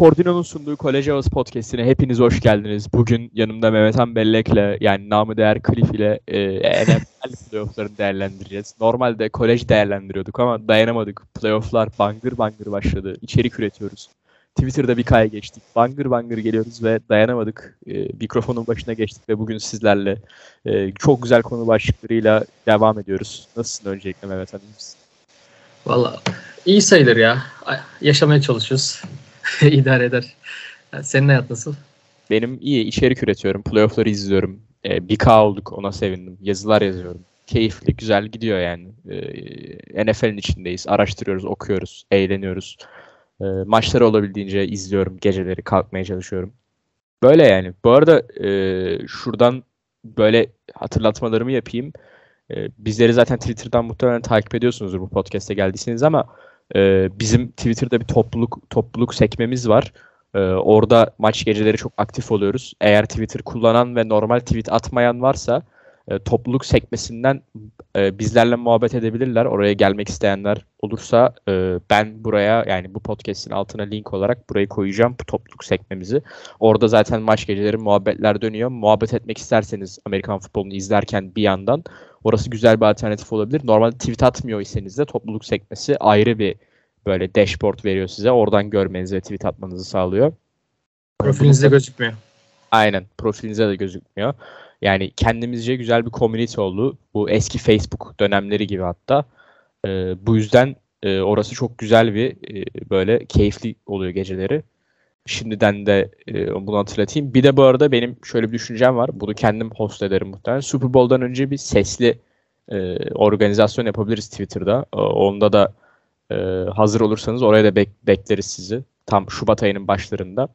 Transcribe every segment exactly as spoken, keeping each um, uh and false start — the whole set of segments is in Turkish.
Sportino'nun sunduğu Kolej Havası Podcast'ine hepiniz hoş geldiniz. Bugün yanımda Mehmethan Bellek'le, yani namı değer Cliff ile e, N F L playoff'larını değerlendireceğiz. Normalde kolej değerlendiriyorduk ama dayanamadık. Playoff'lar bangır bangır başladı. İçerik üretiyoruz. Twitter'da bir kaya geçtik. Bangır bangır geliyoruz ve dayanamadık. E, mikrofonun başına geçtik ve bugün sizlerle e, çok güzel konu başlıklarıyla devam ediyoruz. Nasılsın öncelikle Mehmethan? İyi misin? Valla iyi sayılır ya. Yaşamaya çalışıyoruz. İdare eder. Senin hayat nasıl? Benim iyi. İçerik üretiyorum. Playoff'ları izliyorum. Ee, bir K olduk. Ona sevindim. Yazılar yazıyorum. Keyifli, güzel gidiyor yani. Ee, N F L'in içindeyiz. Araştırıyoruz, okuyoruz, eğleniyoruz. Ee, maçları olabildiğince izliyorum. Geceleri kalkmaya çalışıyorum. Böyle yani. Bu arada e, şuradan böyle hatırlatmalarımı yapayım. E, bizleri zaten Twitter'dan muhtemelen takip ediyorsunuzdur bu podcast'e geldiyseniz ama e, bizim Twitter'da bir topluluk topluluk sekmemiz var. E, orada maç geceleri çok aktif oluyoruz. Eğer Twitter kullanan ve normal tweet atmayan varsa e, topluluk sekmesinden e, bizlerle muhabbet edebilirler. Oraya gelmek isteyenler olursa e, ben buraya, yani bu podcast'in altına link olarak burayı koyacağım, bu topluluk sekmemizi. Orada zaten maç geceleri muhabbetler dönüyor. Muhabbet etmek isterseniz Amerikan futbolunu izlerken bir yandan orası güzel bir alternatif olabilir. Normalde tweet atmıyor iseniz de topluluk sekmesi ayrı bir böyle dashboard veriyor size. Oradan görmenizi ve tweet atmanızı sağlıyor. Profilinizde gözükmüyor. Aynen. Profilinize de gözükmüyor. Yani kendimizce güzel bir community oldu. Bu eski Facebook dönemleri gibi hatta. Ee, bu yüzden e, orası çok güzel bir e, böyle keyifli oluyor geceleri. Şimdiden de e, bunu hatırlatayım. Bir de bu arada benim şöyle bir düşüncem var. Bunu kendim host ederim muhtemelen. Super Bowl'dan önce bir sesli e, organizasyon yapabiliriz Twitter'da. E, onda da e, hazır olursanız oraya da bek- bekleriz sizi. Tam Şubat ayının başlarında.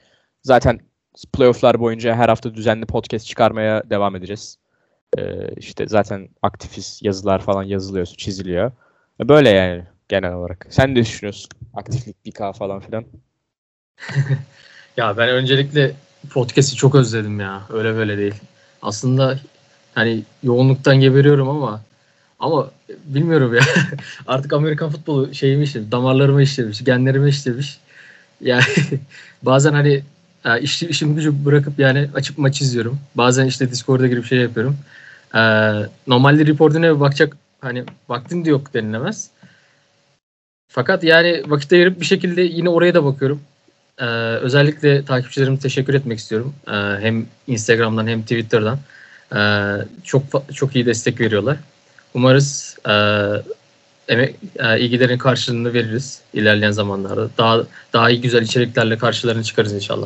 Zaten playoff'lar boyunca her hafta düzenli podcast çıkarmaya devam edeceğiz. E, işte zaten aktifiz. Yazılar falan yazılıyor, çiziliyor. E, böyle yani genel olarak. Sen ne düşünüyorsun? Aktiflik, bir K falan filan. Ya ben öncelikle podcast'i çok özledim ya. Öyle böyle değil. Aslında hani yoğunluktan geberiyorum ama ama bilmiyorum ya. Artık Amerikan futbolu şeyimi işlemiş, damarlarıma işlemiş, genlerime işlemiş. Yani bazen hani iş, işimi gücü bırakıp yani açıp maç izliyorum. Bazen işte Discord'a girip şey yapıyorum. Ee, normalde reportuna bakacak hani vaktim de yok denilemez. Fakat yani vakit ayırıp bir şekilde yine oraya da bakıyorum. Ee, özellikle takipçilerime teşekkür etmek istiyorum. Ee, hem Instagram'dan hem Twitter'dan. Ee, çok çok iyi destek veriyorlar. Umarız e, emek, e, ilgilerin karşılığını veririz ilerleyen zamanlarda. Daha daha iyi güzel içeriklerle karşılarını çıkarız inşallah.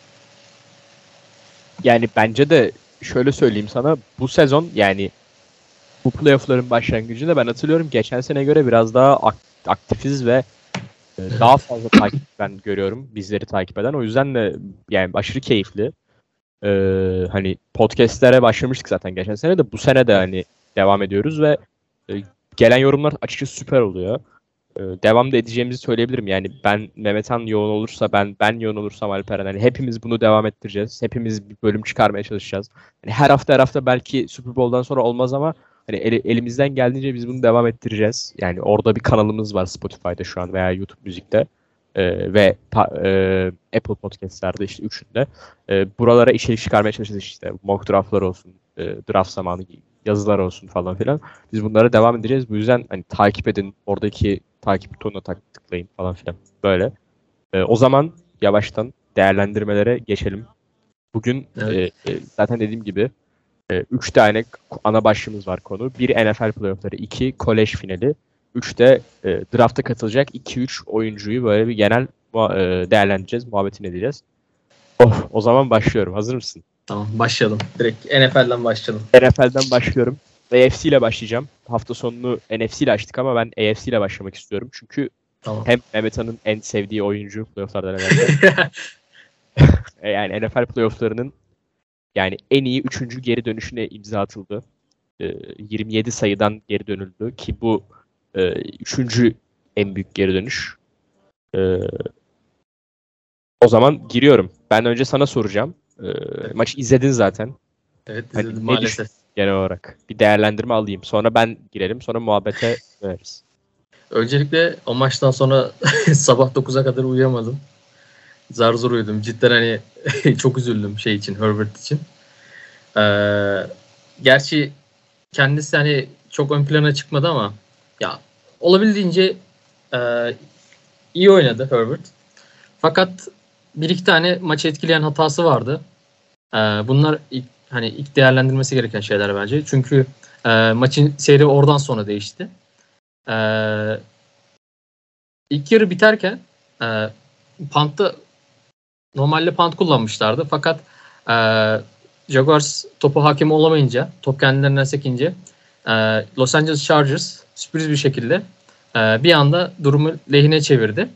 Yani bence de şöyle söyleyeyim sana, bu sezon yani bu playoff'ların başlangıcında ben hatırlıyorum geçen sene göre biraz daha aktifiz ve daha fazla takip ben görüyorum bizleri takip eden. O yüzden de yani aşırı keyifli. Ee, hani podcastlere başlamıştık zaten geçen sene de, bu sene de hani devam ediyoruz ve e, gelen yorumlar açıkçası süper oluyor. Ee, devam da edeceğimizi söyleyebilirim. Yani ben, Mehmethan yoğun olursa ben, ben yoğun olursam Alperen, hani hepimiz bunu devam ettireceğiz. Hepimiz bir bölüm çıkarmaya çalışacağız. Yani her hafta her hafta belki Super Bowl'dan sonra olmaz ama hani el, elimizden geldiğince biz bunu devam ettireceğiz. Yani orada bir kanalımız var Spotify'da şu an veya YouTube Müzik'te. Ee, ve pa- e, Apple Podcast'lerde, işte üçünde. Ee, buralara içerik çıkarmaya çalışacağız işte. Mock draftlar olsun, e, draft zamanı yazılar olsun falan filan. Biz bunlara devam edeceğiz. Bu yüzden hani takip edin. Oradaki takip butonuna tak- tıklayın falan filan. Böyle. Ee, o zaman yavaştan değerlendirmelere geçelim. Bugün evet. e, e, zaten dediğim gibi e, üç tane ana başlığımız var konu. Bir N F L playoff'ları, iki kolej finali, üç de e, draft'a katılacak iki üç oyuncuyu böyle bir genel e, değerlendireceğiz, muhabbetini edeceğiz. Oh, o zaman başlıyorum. Hazır mısın? Tamam, başlayalım. Direkt N F L'den başlayalım. N F L'den başlıyorum. A F C ile başlayacağım. Hafta sonunu N F C ile açtık ama ben A F C ile başlamak istiyorum. Çünkü tamam. Hem Mehmet'in en sevdiği oyuncu playoff'lardan evvel. Yani N F L playoff'larının yani en iyi üçüncü geri dönüşüne imza atıldı. E, yirmi yedi sayıdan geri dönüldü ki bu e, üçüncü en büyük geri dönüş. E, o zaman giriyorum. Ben önce sana soracağım. E, evet. Maçı izledin zaten. Evet, izledim hani maalesef. Genel olarak bir değerlendirme alayım. Sonra ben girelim. Sonra muhabbete veririz. Öncelikle o maçtan sonra sabah dokuza kadar uyuyamadım. zar zor uyudum. Cidden hani çok üzüldüm şey için, Herbert için. Ee, gerçi kendisi hani çok ön plana çıkmadı ama ya olabildiğince e, iyi oynadı Herbert. Fakat bir iki tane maçı etkileyen hatası vardı. Ee, bunlar ilk, hani ilk değerlendirmesi gereken şeyler bence. Çünkü e, maçın seyri oradan sonra değişti. Ee, ilk yarı biterken e, puntta normalde punt kullanmışlardı. Fakat e, Jaguars topu hakim olamayınca, top kendilerinden sekince e, Los Angeles Chargers sürpriz bir şekilde e, bir anda durumu lehine çevirdi.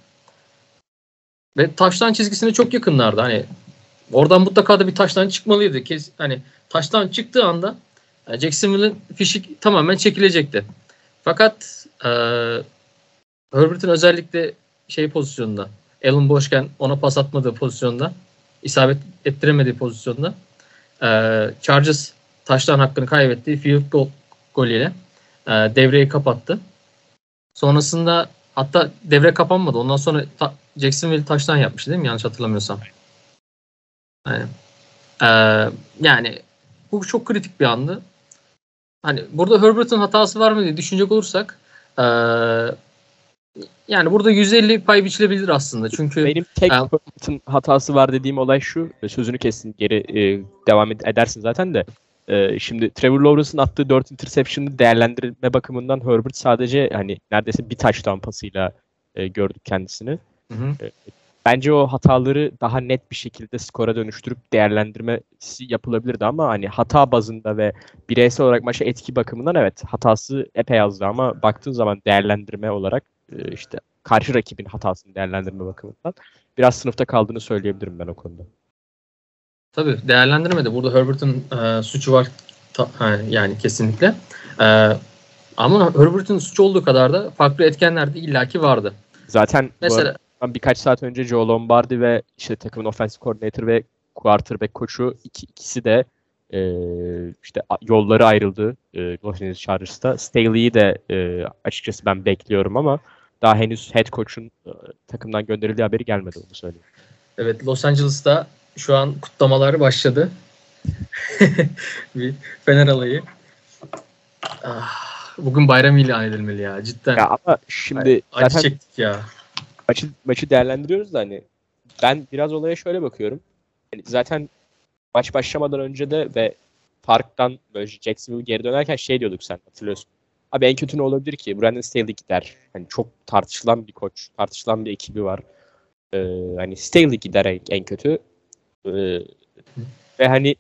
Ve taştan çizgisine çok yakınlardı. Hani oradan mutlaka da bir taştan çıkmalıydı. Kes, hani taştan çıktığı anda e, Jacksonville'in fişi tamamen çekilecekti. Fakat e, Herbert'in özellikle şey pozisyonunda, Allen boşken ona pas atmadığı pozisyonda, isabet ettiremediği pozisyonda e, Chargers taştan hakkını kaybettiği field goal golüyle e, devreyi kapattı. Sonrasında hatta devre kapanmadı. Ondan sonra ta, Jacksonville taştan yapmıştı değil mi? Yanlış hatırlamıyorsam. Yani, e, yani bu çok kritik bir andı. Hani burada Herbert'ın hatası var mı diye düşünecek olursak e, yani burada yüz elli pay biçilebilir aslında. Çünkü Benim tek e, Herbert'ın hatası var dediğim olay şu. Sözünü kessin, geri e, devam ed- edersin zaten de. E, şimdi Trevor Lawrence'ın attığı dört interception'ı değerlendirme bakımından Herbert sadece hani neredeyse bir touchdown pasıyla e, gördük kendisini. hı hı. E, Bence o hataları daha net bir şekilde skora dönüştürüp değerlendirmesi yapılabilirdi ama hani hata bazında ve bireysel olarak maça etki bakımından evet hatası epey azdı ama baktığın zaman değerlendirme olarak e, işte karşı rakibin hatasını değerlendirme bakımından biraz sınıfta kaldığını söyleyebilirim ben o konuda. Tabii değerlendirmedi. Burada Herbert'ın e, suçu var ta, ha, yani kesinlikle. E, ama Herbert'ın suçu olduğu kadar da farklı etkenler de illaki vardı. Zaten Mesela bu birkaç saat önce Joe Lombardi ve işte takımın offensive coordinator ve quarterback koçu iki, ikisi de e, işte yolları ayrıldı e, Los Angeles Chargers'ta. Staley'i de e, açıkçası ben bekliyorum ama daha henüz head coach'un e, takımdan gönderildiği haberi gelmedi, onu söyleyeyim. evet, Los Angeles'ta şu an kutlamalar başladı. Bir Fener alayı. Ah, bugün bayram ilan edilmeli ya cidden. Ya ama şimdi Acı zaten çektik ya. maçı, maçı değerlendiriyoruz da hani ben biraz olaya şöyle bakıyorum. Yani zaten maç başlamadan önce de ve parktan böyle Jacksonville geri dönerken şey diyorduk, sen hatırlıyorsun. Abi en kötü ne olabilir ki? Brandon Staley gider. Hani çok tartışılan bir koç, tartışılan bir ekibi var. Ee, hani Staley gider en, en kötü. Ee, ve hani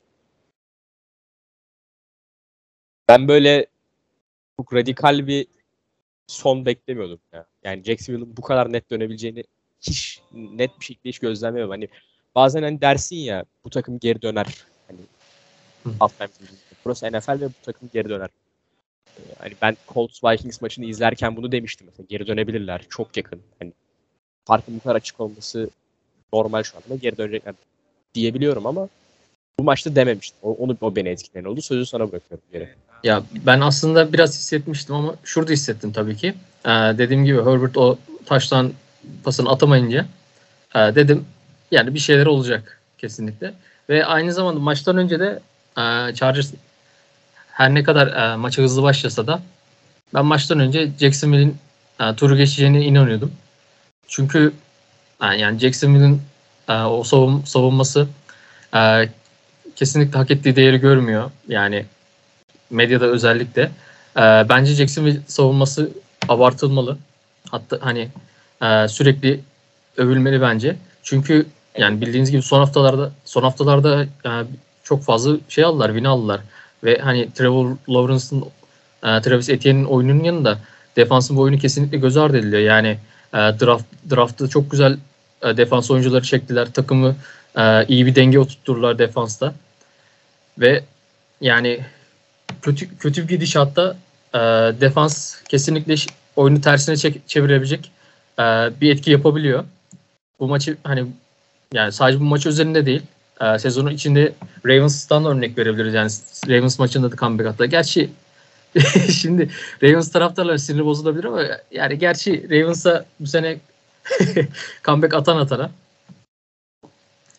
ben böyle çok radikal bir son beklemiyordum ya. Yani Jacksonville'ın bu kadar net dönebileceğini hiç net bir şekilde hiç gözlemlemiyorum. Hani bazen hani dersin ya, bu takım geri döner. Hani halftime burası N F L ve bu takım geri döner. Hani ben Colts Vikings maçını izlerken bunu demiştim mesela. Geri dönebilirler. Çok yakın. Hani farkın bu kadar açık olması normal şu anda. Geri dönecekler diyebiliyorum ama bu maçta dememiştim. O, onu, o beni etkileyen oldu. Sözü sana bırakıyorum geri. Ya ben aslında biraz hissetmiştim ama şurada hissettim tabii ki. Ee, dediğim gibi Herbert o taştan pasını atamayınca e, dedim yani bir şeyler olacak kesinlikle. Ve aynı zamanda maçtan önce de e, Chargers her ne kadar e, maça hızlı başlasa da ben maçtan önce Jacksonville'in e, turu geçeceğine inanıyordum. Çünkü e, yani Jacksonville'in e, o savun, savunması e, kesinlikle hak ettiği değeri görmüyor. Yani medyada özellikle. E, bence Jacksonville savunması abartılmalı. Hatta hani e, sürekli övülmeli bence. Çünkü yani bildiğiniz gibi son haftalarda son haftalarda e, çok fazla şey aldılar, win aldılar. Ve hani Trevor Lawrence'ın e, Travis Etienne'in oyununun yanında defansın bu oyunu kesinlikle göz ardı ediliyor. Yani e, draft draft'ta çok güzel e, defans oyuncuları çektiler. Takımı e, iyi bir denge oturtturdular defansta. Ve yani kötü kötü bir gidişatta e, defans kesinlikle oyunu tersine çek, çevirebilecek e, bir etki yapabiliyor. Bu maçı hani yani sadece bu maç üzerinde değil, e, sezonun içinde Ravens'tan da örnek verebiliriz. Yani Ravens maçında da comeback attı. Gerçi şimdi Ravens taraftarları sinir bozulabilir ama yani gerçi Ravens'a bu sene comeback atan atana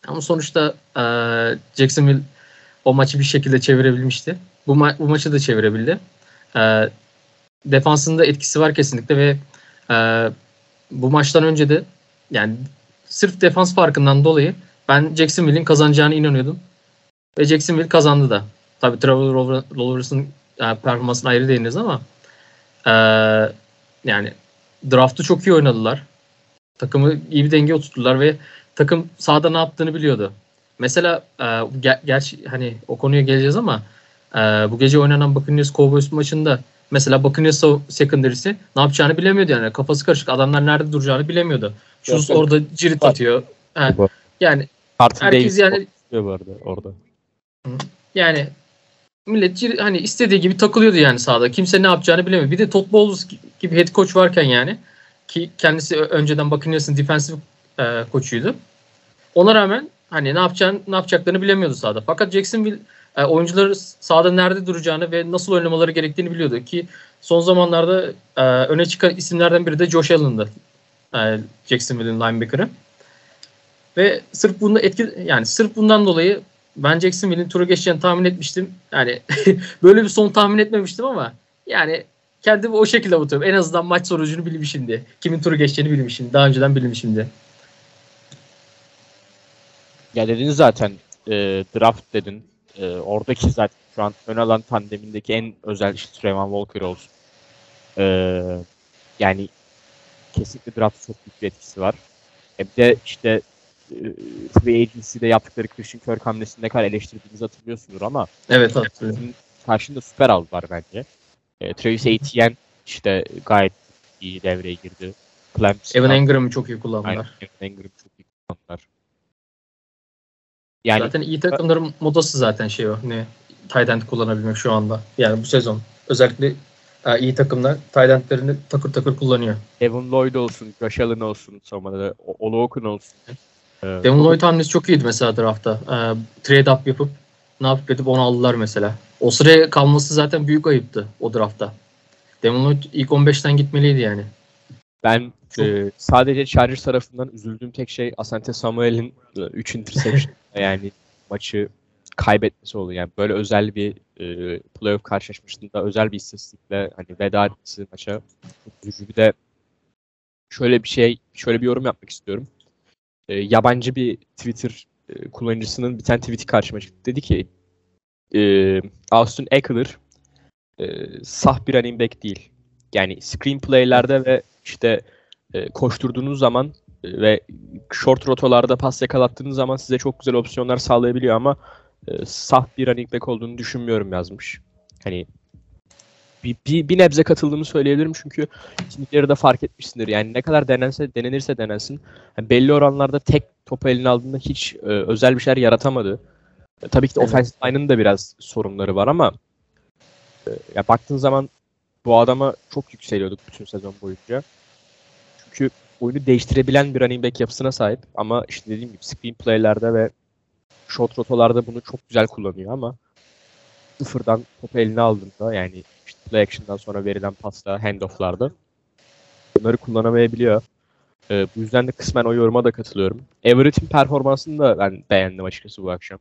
Ama sonuçta e, Jacksonville o maçı bir şekilde çevirebilmişti. Bu, ma- bu maçı da çevirebildi. E, Defansında etkisi var kesinlikle ve e, bu maçtan önce de yani sırf defans farkından dolayı ben Jacksonville'in kazanacağına inanıyordum. Ve Jacksonville kazandı da. Tabii Trevor Lawrence'ın e, performansına ayrı değiniriz ama e, yani draft'ı çok iyi oynadılar. Takımı iyi bir denge oturttular ve takım sahada ne yaptığını biliyordu. Mesela e, ger- gerçi hani o konuya geleceğiz ama e, bu gece oynanan Buccaneers Cowboys maçında mesela Buccaneers secondary'si ne yapacağını bilemiyordu yani. Kafası karışık. Adamlar nerede duracağını bilemiyordu. Şuz Yok, orada cirit atıyor. He, bu. yani Carlton herkes Davis yani bu arada orada. yani millet ciri- hani istediği gibi takılıyordu yani sahada. Kimse ne yapacağını bilemiyor. Bir de Todd Bowles gibi head coach varken yani ki kendisi ö- önceden Buccaneers'ın defensive e, koçuydu. Ona rağmen hani ne yapacağını ne yapacaklarını bilemiyordu sahada. Fakat Jacksonville e, oyuncuları sahada nerede duracağını ve nasıl oynamaları gerektiğini biliyordu ki son zamanlarda e, öne çıkan isimlerden biri de Josh Allen'dı. E, Jacksonville'in linebacker'ı. Ve sırf bunda etki yani sırf bundan dolayı ben Jacksonville'in turu geçeceğini tahmin etmiştim. Yani böyle bir son tahmin etmemiştim ama yani kendimi o şekilde avutuyorum. En azından maç sonucunu bilmişimdi. Kimin turu geçeceğini bilmişim. Daha önceden bilmişimdi. Ya dedin zaten e, draft dedin. E, oradaki zaten şu an ön alan tandemindeki en özel işte Trayvon Walker olsun. E, yani kesinlikle draft çok büyük bir etkisi var. E, bir de işte e, Free Agency'de yaptıkları Christian Kirk hamlesini ne kadar eleştirdiğinizi hatırlıyorsundur ama Evet, hatırlıyorum. karşında süper aldılar bence. E, Travis Etienne işte gayet iyi devreye girdi. Evan Clemson'dan Engram'ı çok iyi aynen kullandılar. Evan Engram çok iyi kullandılar. Yani Zaten iyi takımların modası zaten şey o. Ne? Tight end kullanabilmek şu anda. Yani bu sezon. Özellikle e, iyi takımlar tight endlerini takır takır kullanıyor. Devin Lloyd olsun, Josh Allen olsun, savunmada Oluokun olsun. Ee, Devin çok Lloyd hamlesi çok iyiydi mesela draftta. E, trade up yapıp ne yapıp edip onu aldılar mesela. O sıraya kalması zaten büyük ayıptı o draftta. Devin Lloyd ilk on beşten gitmeliydi yani. ben Çok e, sadece Chargers tarafından üzüldüğüm tek şey Asante Samuel'in üç interception yani maçı kaybetmesi oldu. Yani böyle özel bir e, playoff karşılaşmasında özel bir istatistikle hani veda etmesi maça çok üzücü. Bir de şöyle bir şey, şöyle bir yorum yapmak istiyorum. E, yabancı bir Twitter e, kullanıcısının bir tane tweet'i karşıma çıktı. Dedi ki e, Austin Eckler e, saf bir running back değil. Yani screenplay'lerde ve işte e, koşturduğunuz zaman e, ve short rotalarda pas yakalattığınız zaman size çok güzel opsiyonlar sağlayabiliyor ama e, saf bir running back olduğunu düşünmüyorum yazmış. Hani bir, bir, bir nebze katıldığımı söyleyebilirim çünkü ikinci yarıda fark etmişsindir. Yani ne kadar denense, denenirse denensin yani belli oranlarda tek topu eline aldığında hiç e, özel bir şeyler yaratamadı. E, tabii ki de evet. offensive line'ın da biraz sorunları var ama e, ya baktığın zaman bu adama çok yükseliyorduk bütün sezon boyunca. Çünkü oyunu değiştirebilen bir running back yapısına sahip ama işte dediğim gibi screenplay'lerde ve short rotalarda bunu çok güzel kullanıyor ama sıfırdan topu eline aldığında yani işte play action'dan sonra verilen pasta, handoff'larda bunları kullanamayabiliyor. Ee, bu yüzden de kısmen o yoruma da katılıyorum. Everett'in performansını da ben beğendim açıkçası bu akşam.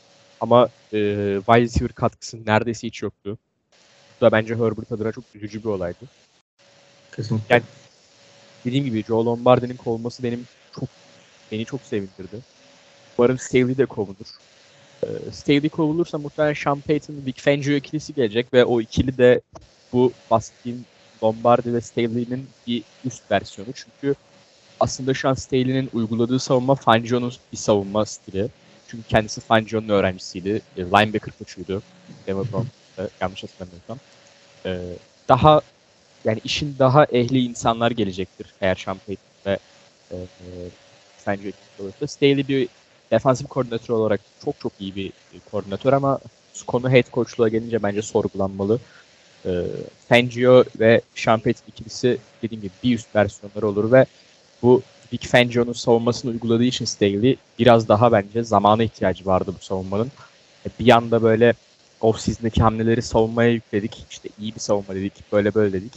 Ama e, wide receiver katkısı neredeyse hiç yoktu. Bu da bence Herbert adına çok üzücü bir olaydı. Kesinlikle. Yani dediğim gibi Joe Lombardi'nin kovulması benim çok beni çok sevindirdi. Umarım Staley de kovulur. Ee, Staley kovulursa muhtemelen Sean Payton, Vic Fangio ikilisi gelecek ve o ikili de bu bahsettiğim Lombardi ve Staley'nin bir üst versiyonu. Çünkü aslında şu an Staley'nin uyguladığı savunma Fangio'nun bir savunma stili. Çünkü kendisi Fangio'nun öğrencisiydi. E, linebacker koçuydu. Denver Broncos'ta yanlış hatırlamıyorsam. Ee, daha yani işin daha ehli insanlar gelecektir eğer Sean Payton ve e, e, Fangio ikisi olursa. Staley bir defansif koordinatör olarak çok çok iyi bir e, koordinatör ama konu head coachluğa gelince bence sorgulanmalı. E, Fangio ve Sean Payton ikilisi dediğim gibi bir üst versiyonları olur ve bu Vic Fangio'nun savunmasını uyguladığı için Staley biraz daha bence zamana ihtiyacı vardı bu savunmanın. E, bir anda böyle off-season'daki hamleleri savunmaya yükledik. İşte iyi bir savunma dedik, böyle böyle dedik.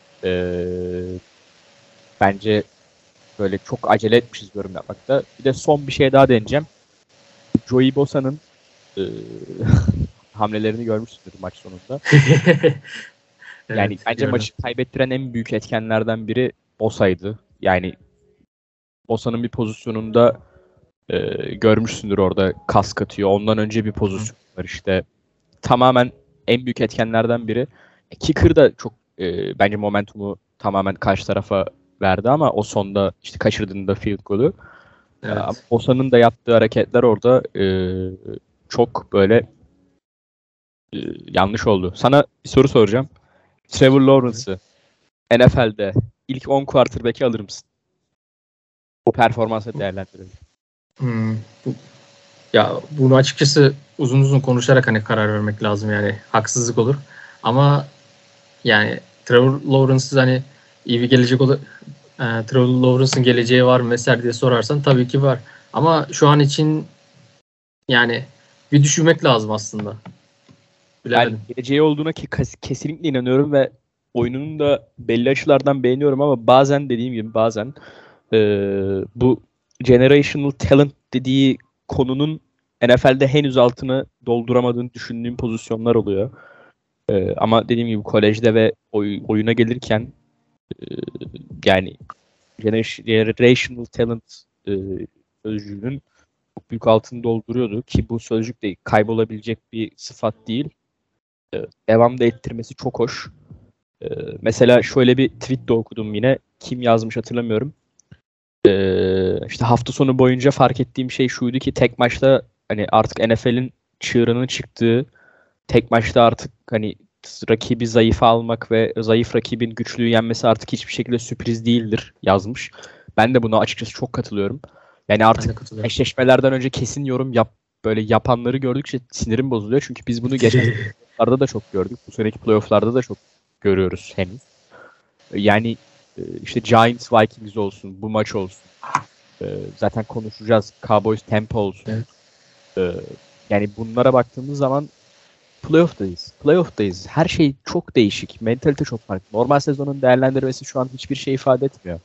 Ee, bence böyle çok acele etmişiz yorum yapmakta. Bir de son bir şey daha deneyeceğim. Joey Bosa'nın e, hamlelerini görmüşsündür maç sonunda. Yani Evet, bence gördüm. maçı kaybettiren en büyük etkenlerden biri Bosa'ydı. Yani Bosa'nın bir pozisyonunda e, görmüşsündür, orada kask atıyor. Ondan önce bir pozisyon var işte. Tamamen en büyük etkenlerden biri. E, Kicker da çok e, bence momentumu tamamen karşı tarafa verdi ama o sonda işte kaçırdığında field golü. E, ama Evet. Bosa'nın da yaptığı hareketler orada e, çok böyle e, yanlış oldu. Sana bir soru soracağım. Trevor Lawrence'ı N F L'de ilk on quarterback'i alır mısın? O performansı değerlendirelim. Hmm, bu, ya bunu açıkçası uzun uzun konuşarak hani karar vermek lazım, yani haksızlık olur. Ama yani Trevor Lawrence'ın hani iyi bir gelecek olur. E, Trevor Lawrence'ın geleceği var mı vesaire diye sorarsan tabii ki var. Ama şu an için yani bir düşünmek lazım aslında. Ben Bilemedim. geleceği olduğuna ki kes- kesinlikle inanıyorum ve oyununu da belli açılardan beğeniyorum ama bazen dediğim gibi bazen eee, bu generational talent dediği konunun N F L'de henüz altını dolduramadığını düşündüğüm pozisyonlar oluyor. Eee, ama dediğim gibi kolejde ve oy- oyuna gelirken eee, yani gener- generational talent eee sözcüğünün çok büyük altını dolduruyordu ki bu sözcük de kaybolabilecek bir sıfat değil. E, devam da ettirmesi çok hoş. E, mesela şöyle bir tweet de okudum yine. Kim yazmış hatırlamıyorum. E, işte hafta sonu boyunca fark ettiğim şey şuydu ki tek maçta hani artık N F L'in çığırının çıktığı, tek maçta artık hani rakibi zayıfa almak ve zayıf rakibin güçlüyü yenmesi artık hiçbir şekilde sürpriz değildir yazmış. Ben de buna açıkçası çok katılıyorum. Yani Ben de artık katılıyorum. eşleşmelerden önce kesin yorum yap böyle yapanları gördükçe sinirim bozuluyor. Çünkü biz bunu geçen playoff'larda da çok gördük. Bu seneki playoff'larda da çok görüyoruz henüz. Yani e, işte Giants Vikings olsun, bu maç olsun. E, Zaten konuşacağız. Cowboys Tampa olsun. Evet. E, Yani bunlara baktığımız zaman playoff'tayız. Playoff'tayız. Her şey çok değişik. Mentalite çok farklı. Normal sezonun değerlendirmesi şu an hiçbir şey ifade etmiyor.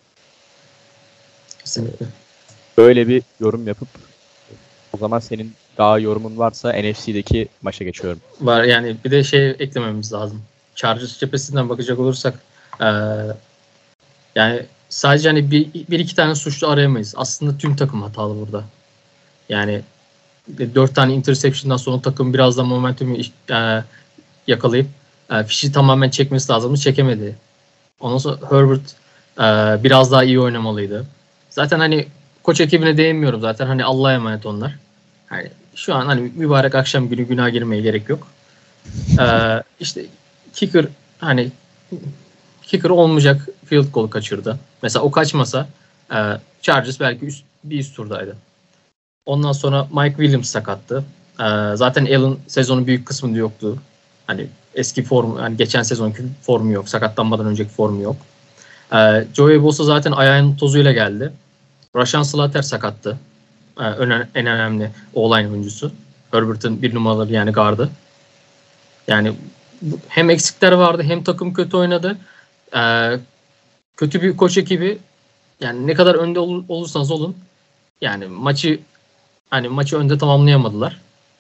Kesinlikle. Böyle bir yorum yapıp o zaman senin daha yorumun varsa N F C'deki maça geçiyorum. Var yani, bir de şey eklememiz lazım. Chargers cephesinden bakacak olursak eee, yani sadece hani bir, bir iki tane suçlu arayamayız. Aslında tüm takım hatalı burada. Yani dört tane interception'dan sonra takım biraz da momentumu eee, yakalayıp eee, fişi tamamen çekmesi lazımdı. Çekemedi. Ondan sonra Herbert eee, biraz daha iyi oynamalıydı. Zaten hani koç ekibine değinmiyorum zaten. Hani Allah'a emanet onlar. Yani şu an hani mübarek akşam günü günah girmeye gerek yok. Ee, işte kicker hani kicker olmayacak field goal kaçırdı. Mesela o kaçmasa e, Chargers belki üst, bir üst turdaydı. Ondan sonra Mike Williams sakattı. Ee, zaten Allen sezonun büyük kısmında yoktu. Hani eski form, yani geçen sezonki formu yok. Sakatlanmadan önceki formu yok. Ee, Joey Bosa zaten ayağının tozuyla geldi. Rashan Slater sakattı. Ee, önen- en önemli O-line oyuncusu. Herbert'ın bir numaralı yani gardı. Yani hem eksikler vardı hem takım kötü oynadı. Ee, kötü bir koç ekibi, yani ne kadar önde ol, olursanız olun yani maçı hani maçı önde tamamlayamadılar.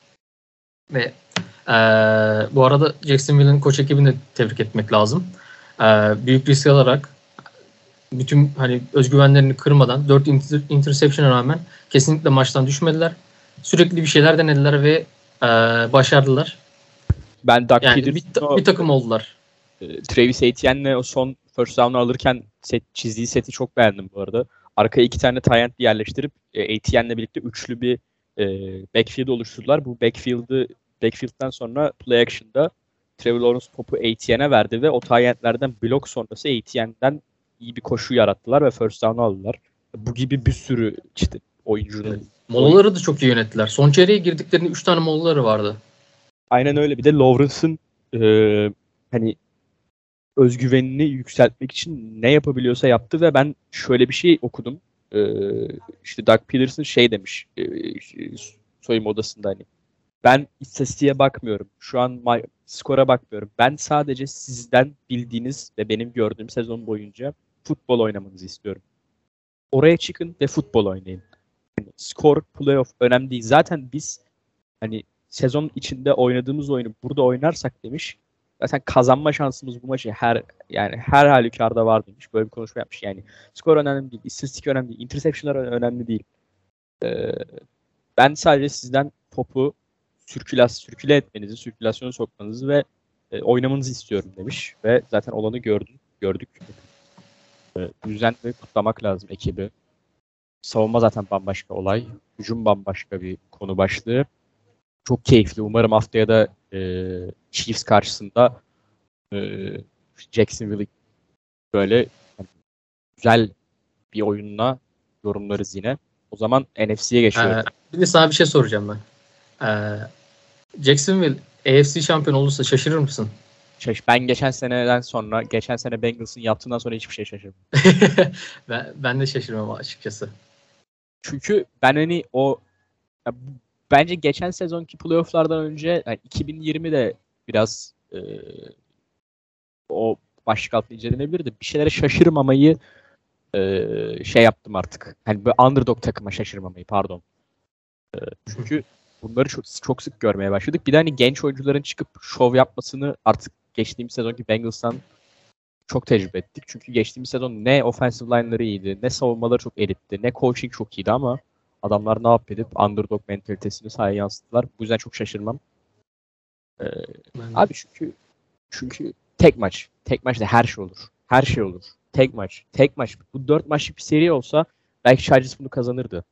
Ve ee, bu arada Jacksonville'in koç ekibini de tebrik etmek lazım. Ee, büyük risk alarak bütün hani özgüvenlerini kırmadan dört inter, interception'a rağmen kesinlikle maçtan düşmediler. Sürekli bir şeyler denediler ve ee, başardılar. Ben Doug Yani bir, Peterson'ı bir takım oldular. e, Travis Etienne'le o son first down'u alırken set, çizdiği seti çok beğendim bu arada. Arkaya iki tane tight end yerleştirip e, Etienne'le birlikte üçlü bir e, backfield oluşturdular. Bu backfield'ı backfield'den sonra play action'da Trevor Lawrence topu Etienne'e verdi ve o tight end'lerden blok sonrası Etienne'den iyi bir koşu yarattılar ve first down'u aldılar. Bu gibi bir sürü işte Evet. oyuncunun oyun. Molaları da çok iyi yönettiler. Son çeyreğe girdiklerinde üç tane molaları vardı. Aynen öyle. Bir de Lawrence'ın e, hani özgüvenini yükseltmek için ne yapabiliyorsa yaptı ve ben şöyle bir şey okudum. Ee, işte Doug Peterson şey demiş e, soyunma odasında hani ben istatistiğe bakmıyorum. Şu an ma- skora bakmıyorum. Ben sadece sizden bildiğiniz ve benim gördüğüm sezon boyunca futbol oynamanızı istiyorum. Oraya çıkın ve futbol oynayın. skor, playoff önemli değil. Zaten biz hani sezon içinde oynadığımız oyunu burada oynarsak demiş. Zaten kazanma şansımız bu maçı her yani her halükarda var demiş. Böyle bir konuşma yapmış. Yani skor önemli değil, istatistik önemli değil, interception'lar önemli değil. Ee, ben sadece sizden topu sirkülas sirküle etmenizi, sirkülasyona sokmanızı ve e, oynamanızı istiyorum demiş ve zaten olanı gördük. Gördük. Ee, bu yüzden de kutlamak lazım ekibi. Savunma zaten bambaşka olay. Hücum bambaşka bir konu başlığı. Çok keyifli. Umarım haftaya da e, Chiefs karşısında e, Jacksonville'i böyle yani, güzel bir oyunla yorumlarız yine. O zaman N F C'ye geçiyoruz. Ee, bir de sana bir şey soracağım ben. Ee, Jacksonville A F C şampiyon olursa şaşırır mısın? Şaş- ben geçen seneden sonra, geçen sene Bengals'ın yaptığından sonra hiçbir şey şaşırmadım. ben, ben de şaşırmam açıkçası. Çünkü ben hani o ya, bence geçen sezonki playoff'lardan önce yani iki bin yirmide biraz e, o başlık altında incelenebilirdi. Bir şeylere şaşırmamayı e, şey yaptım artık. Hani böyle underdog takıma şaşırmamayı pardon. E, çünkü bunları çok, çok sık görmeye başladık. Bir de hani genç oyuncuların çıkıp şov yapmasını artık geçtiğimiz sezonki Bengals'tan çok tecrübe ettik. Çünkü geçtiğimiz sezon ne offensive line'ları iyiydi, ne savunmaları çok elitti, ne coaching çok iyiydi ama adamlar ne yap edip underdog mentalitesini sahaya yansıttılar. Bu yüzden çok şaşırmam. Ee, abi çünkü çünkü tek maç. Tek maçta her şey olur. Her şey olur. Tek maç. Tek maç. Bu dört maçlık bir seri olsa belki Chargers bunu kazanırdı.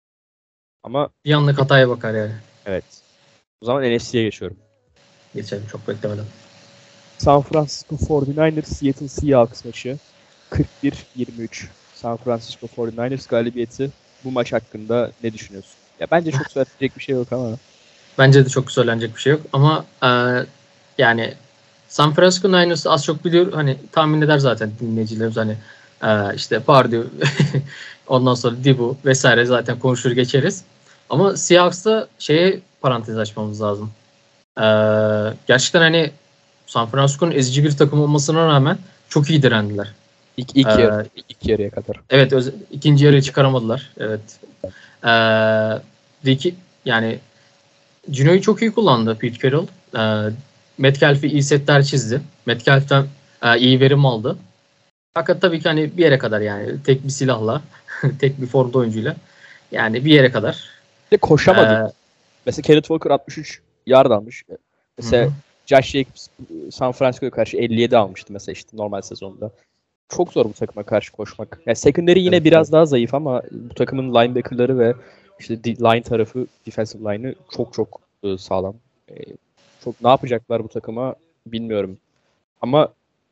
Ama bir anlık hataya bakar yani. evet. O zaman N F C'ye geçiyorum. Geçelim çok beklemeden. San Francisco forty niners Seattle Seahawks maçı kırk bir yirmi üç. San Francisco forty niners galibiyeti. Bu maç hakkında ne düşünüyorsun? Ya bence çok söyleyecek bir şey yok ama. Bence de çok söylenecek bir şey yok ama e, yani San Francisco Niners'ı az çok biliyor hani tahmin eder zaten dinleyicilerimiz hani e, işte Pardue ondan sonra Dibu vesaire zaten konuşur geçeriz. Ama Seahawks'ta şeye parantez açmamız lazım. E, gerçekten hani San Francisco'nun ezici bir takım olmasına rağmen çok iyi direndiler. İlk, ilk, Ee, yarı, ilk yarıya kadar. Evet, öz- ikinci yarıyı çıkaramadılar. Evet. Ee, Ricky, yani Gino'yu çok iyi kullandı Pete Carroll. Ee, Metcalf'i iyi setler çizdi. Metcalf'ten e, iyi verim aldı. Fakat tabii ki hani bir yere kadar yani tek bir silahla, tek bir formda oyuncuyla yani bir yere kadar. Bir de koşamadı. Ee, Mesela Kenneth Walker altmış üç yard almış. Mesela Hı hı. Josh Jacobs San Francisco'ya karşı elli yedi almıştı mesela işte normal sezonda. Çok zor bu takıma karşı koşmak. Yani secondary yine Evet, biraz evet. daha zayıf ama bu takımın linebacker'ları ve işte line tarafı, defensive line'ı çok çok e, sağlam. E, çok ne yapacaklar bu takıma bilmiyorum. Ama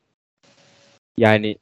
yani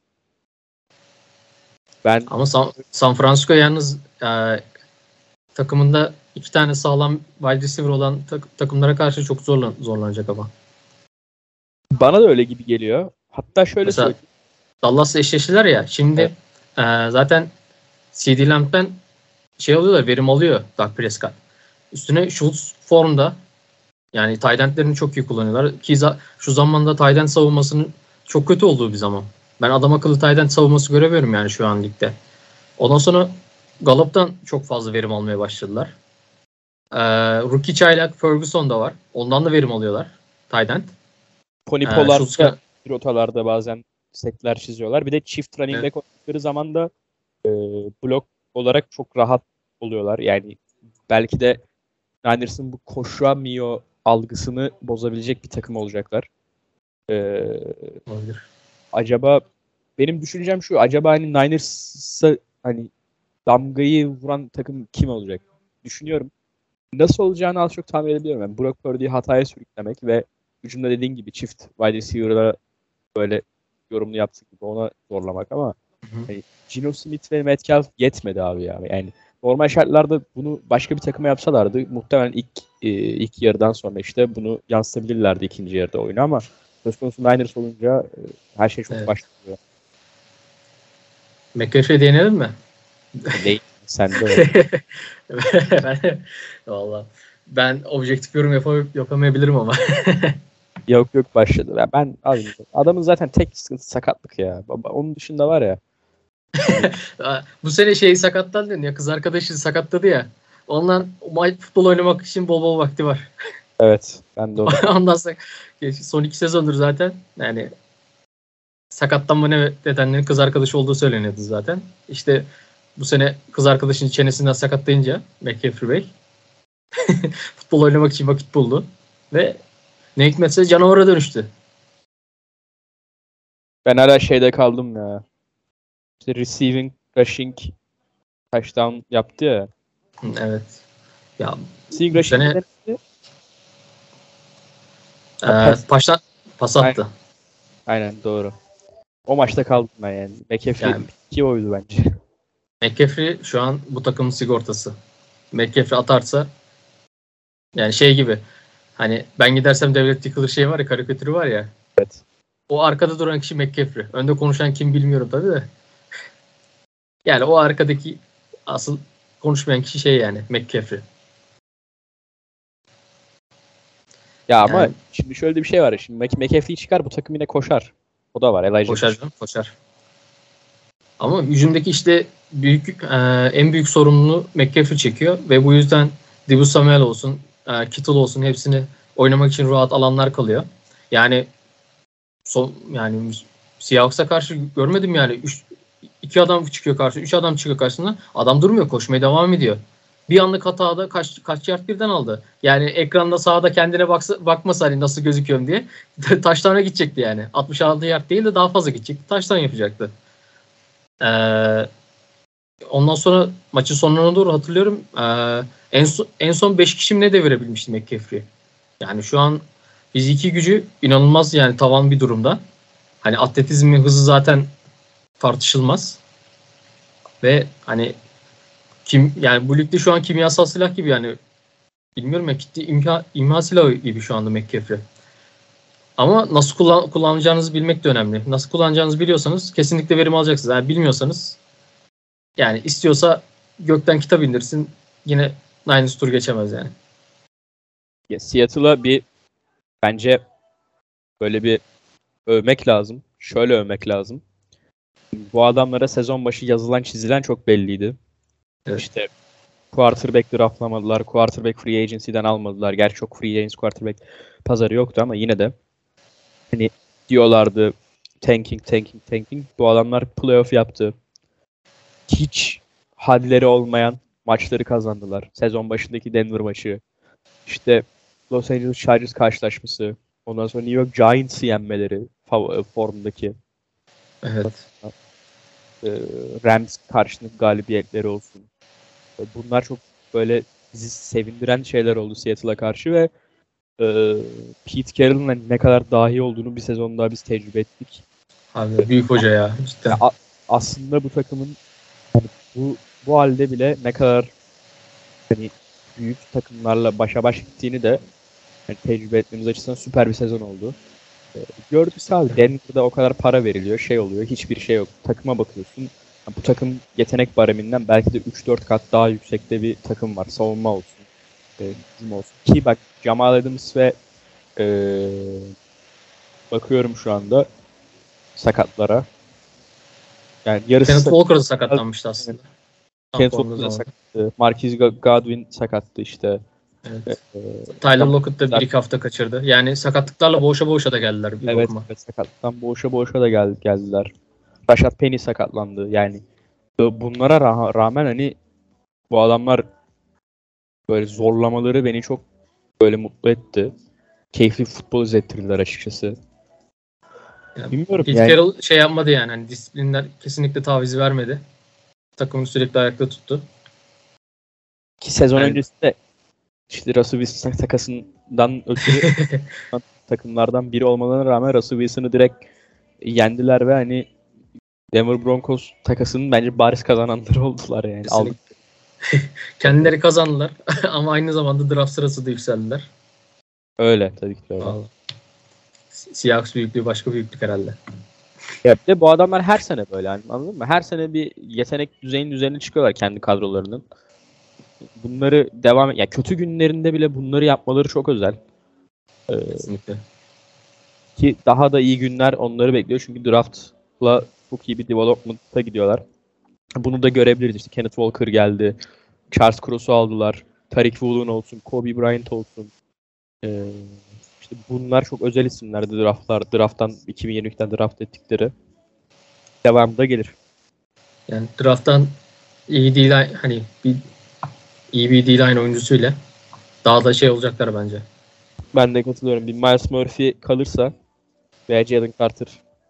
ben Ama San, San Francisco yalnız e, takımında iki tane sağlam wide receiver olan tak- takımlara karşı çok zorlan zorlanacak ama. bana da öyle gibi geliyor. Hatta şöyle Mesela söyleyeyim. Dallas'la eşleştiler ya. Şimdi Evet. e, zaten C D Lamb'den şey alıyorlar, verim alıyor Dak Prescott. Üstüne Schultz formda. Yani tight end'lerini çok iyi kullanıyorlar. Ki za- şu zamanda tight end savunmasının çok kötü olduğu bir zaman. Ben adam akıllı tight end savunması göremiyorum yani şu an ligde. Ondan sonra Gallup'tan çok fazla verim almaya başladılar. Ee, rookie çaylak Ferguson da var. Ondan da verim alıyorlar. Tight end. Tony Ee, Pollard'da Schultz'la- rotalarda bazen setler çiziyorlar. Bir de çift running Evet. back oldukları zaman da e, blok olarak çok rahat oluyorlar. Yani belki de Niners'ın bu koşamıyor algısını bozabilecek bir takım olacaklar. E, olabilir. acaba benim düşüncem şu. Acaba hani Niners'a hani damgayı vuran takım kim olacak? Düşünüyorum. Nasıl olacağını az çok tahmin edebiliyorum. Yani Brock Purdy'yi hataya sürüklemek ve hücumda dediğin gibi çift wide receiver'lara böyle yorumlu yaptık gibi ona zorlamak ama Hı hı. hani Geno Smith ve Metcalf yetmedi abi ya. Yani normal şartlarda bunu başka bir takıma yapsalardı muhtemelen ilk e, ilk yarıdan sonra işte bunu yansıtabilirlerdi ikinci yarıda oyunu ama söz konusu Niners olunca e, her şey çok Evet. başlıyor. McCaffrey deneyelim mi? Değil. Sen de ben, Vallahi ben objektif yorum yapam- yapamayabilirim ama. yok yok başladı. Ya ben abi adamın zaten tek sıkıntısı sakatlık ya. Baba, onun dışında var ya Bu sene şey sakatlandı ya, kız arkadaşı sakatladı ya. Ondan futbol oynamak için bol bol vakti var. Evet. Ben de onu. Ondan sonra son iki sezondur zaten yani sakatlanma nedenlerinin kız arkadaşı olduğu söyleniyordu zaten. İşte bu sene kız arkadaşının çenesinden sakatlayınca McCaffrey Bey futbol oynamak için vakit buldu ve ne hikmetse canavara dönüştü. Ben hala şeyde kaldım ya. İşte receiving, rushing touchdown yaptı ya. Evet. Ya receiving, rushing sene, e, pas, paştan pas attı. Aynen. Aynen doğru. O maçta kaldım ben yani. McCaffrey Yani, iki oydu bence. McCaffrey şu an bu takımın sigortası. McCaffrey atarsa yani şey gibi hani ben gidersem devlet yıkılır şey var ya, karikatürü var ya. Evet. O arkada duran kişi McCaffrey. Önde konuşan kim bilmiyorum tabii de. Yani o arkadaki asıl konuşmayan kişi şey yani McCaffrey. Ya ama Yani, şimdi şöyle bir şey var. Şimdi McCaffrey çıkar, bu takım yine koşar. O da var. Elijah koşar, koşar. koşar. Ama hücumdaki işte büyük e, en büyük sorumluluğu McCaffrey çekiyor ve bu yüzden Deebo Samuel olsun, e, Kittle olsun hepsini oynamak için rahat alanlar kalıyor. Yani son yani Seahawks'a karşı görmedim yani. Üç, iki adam çıkıyor karşı, üç adam çıkıyor karşısına. Adam durmuyor, koşmaya devam ediyor. Bir anlık hatada kaç kaç yard birden aldı. Yani ekranda sağda kendine baksa, bakmasa hani nasıl gözüküyorum diye taştana gidecekti yani. altmış altı yard değil de daha fazla gidecekti. Taştan yapacaktı. Ee, ondan sonra maçın sonlarına doğru hatırlıyorum. Ee, en, son, en son beş kişi mi ne devirebilmişti McCaffrey. Yani şu an fiziki gücü inanılmaz yani tavan bir durumda. Hani atletizmi, hızı zaten tartışılmaz. Ve hani kim yani bu ligde şu an kimyasal silah gibi yani bilmiyorum ya kitle imha, imha silahı gibi şu anda McCaffrey. Ama nasıl kullan, kullanacağınızı bilmek de önemli. Nasıl kullanacağınızı biliyorsanız kesinlikle verim alacaksınız. Yani bilmiyorsanız yani istiyorsa gökten kitap indirsin yine aynı tur geçemez yani. Ya, Seattle'a bir bence böyle bir övmek lazım. Şöyle övmek lazım. Bu adamlara sezon başı yazılan çizilen çok belliydi. Evet. İşte quarterback draftlamadılar. Quarterback free agency'den almadılar. Gerçi çok free agent quarterback pazarı yoktu ama yine de hani diyorlardı tanking, tanking, tanking. Bu adamlar playoff yaptı. Hiç hadleri olmayan maçları kazandılar. Sezon başındaki Denver maçı. İşte Los Angeles Chargers karşılaşması. Ondan sonra New York Giants'ı yenmeleri formundaki. Evet. Rams karşılık galibiyetleri olsun. Bunlar çok böyle bizi sevindiren şeyler oldu Seattle'a karşı ve e, Pete Carroll'ın ne kadar dahi olduğunu bir sezon daha biz tecrübe ettik. Abi büyük hoca ya cidden. Ya, a- aslında bu takımın yani bu bu halde bile ne kadar hani büyük takımlarla başa baş gittiğini de yani tecrübe etmemiz açısından süper bir sezon oldu. E, gördük abi Denver'da o kadar para veriliyor, şey oluyor, hiçbir şey yok. Takıma bakıyorsun. Bu takım yetenek bareminden belki de üç dört kat daha yüksekte bir takım var. Savunma olsun, e, hücum olsun. Ki bak Jamal Adams ve e, bakıyorum şu anda sakatlara. Yani yarısı Kenneth sakat. Walker da sakatlanmıştı aslında. Kenneth Walker da sakattı. Marquise Godwin sakattı işte. Evet. E, Tyler Lockett da bir iki hafta kaçırdı. Yani sakatlıklarla boğuşa boğuşa da geldiler. Bir evet, evet sakatlıktan boğuşa boğuşa da gel, geldiler. Rashad Penny sakatlandı. Yani bunlara ra- rağmen hani bu adamlar böyle zorlamaları beni çok böyle mutlu etti. Keyifli futbol izlettirdiler açıkçası. Yani, Bilmiyorum Pete yani. Carroll şey yapmadı yani. Hani disiplinler kesinlikle taviz vermedi. Takımını sürekli ayakta tuttu. Ki sezon yani, öncesinde işte Russell Wilson takasından ötürü takımlardan biri olmalarına rağmen Russell Wilson'ı direkt yendiler ve hani Denver Broncos takasının bence bariz kazananları oldular yani. Aldık. Kendileri kazandılar ama aynı zamanda draft sırası da yükseldiler. Öyle tabii ki de öyle. Vallahi. Seahawks büyüklüğü başka büyüklük herhalde. Ya bir de bu adamlar her sene böyle yani, anladın mı? Her sene bir yetenek düzeyinin üzerine çıkıyorlar kendi kadrolarının. Bunları devam ya yani kötü günlerinde bile bunları yapmaları çok özel. Ee, Kesinlikle. Ki daha da iyi günler onları bekliyor çünkü draftla çok iyi bir development'a gidiyorlar. Bunu da görebiliriz. İşte Kenneth Walker geldi. Charles Cross'u aldılar. Tariq Woolen olsun. Kobe Bryant olsun. Ee, işte bunlar çok özel isimlerdi draftlar. Draft'tan iki bin yirmi ikiden draft ettikleri. Devamında gelir. Yani draft'tan iyi D-line hani bir iyi bir D-line oyuncusuyla daha da şey olacaklar bence. Ben de katılıyorum. Bir Miles Murphy kalırsa veya Jalen Carter.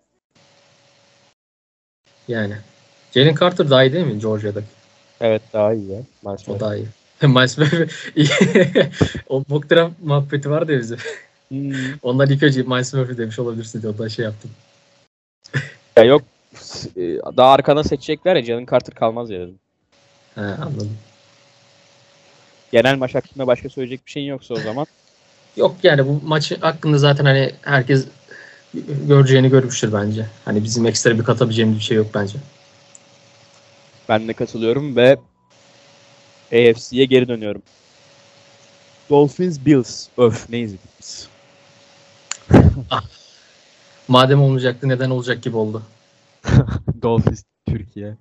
Yani Jalen Carter daha iyi değil mi Georgia'daki? Evet, daha iyi ya. Miles O Murphy. daha iyi. Miles Murphy iyi. O mock draft muhabbeti vardı ya bizim. Hmm. Ondan ilk önce Miles Murphy demiş olabilirsin diye ondan şey yaptım. Ya yok. e, Daha arkana seçecekler ya. Jalen Carter kalmaz ya dedim. He, anladım. Genel maç hakkında başka söyleyecek bir şeyin yoksa o zaman. Yok yani bu maç hakkında zaten hani herkes göreceğini görmüştür bence. Hani bizim ekstra bir katabileceğimiz bir şey yok bence. Ben de katılıyorum ve A F C'ye geri dönüyorum. Dolphins Bills. Öf, ne izledik biz? Madem olmayacaktı neden olacak gibi oldu. Dolphins Türkiye.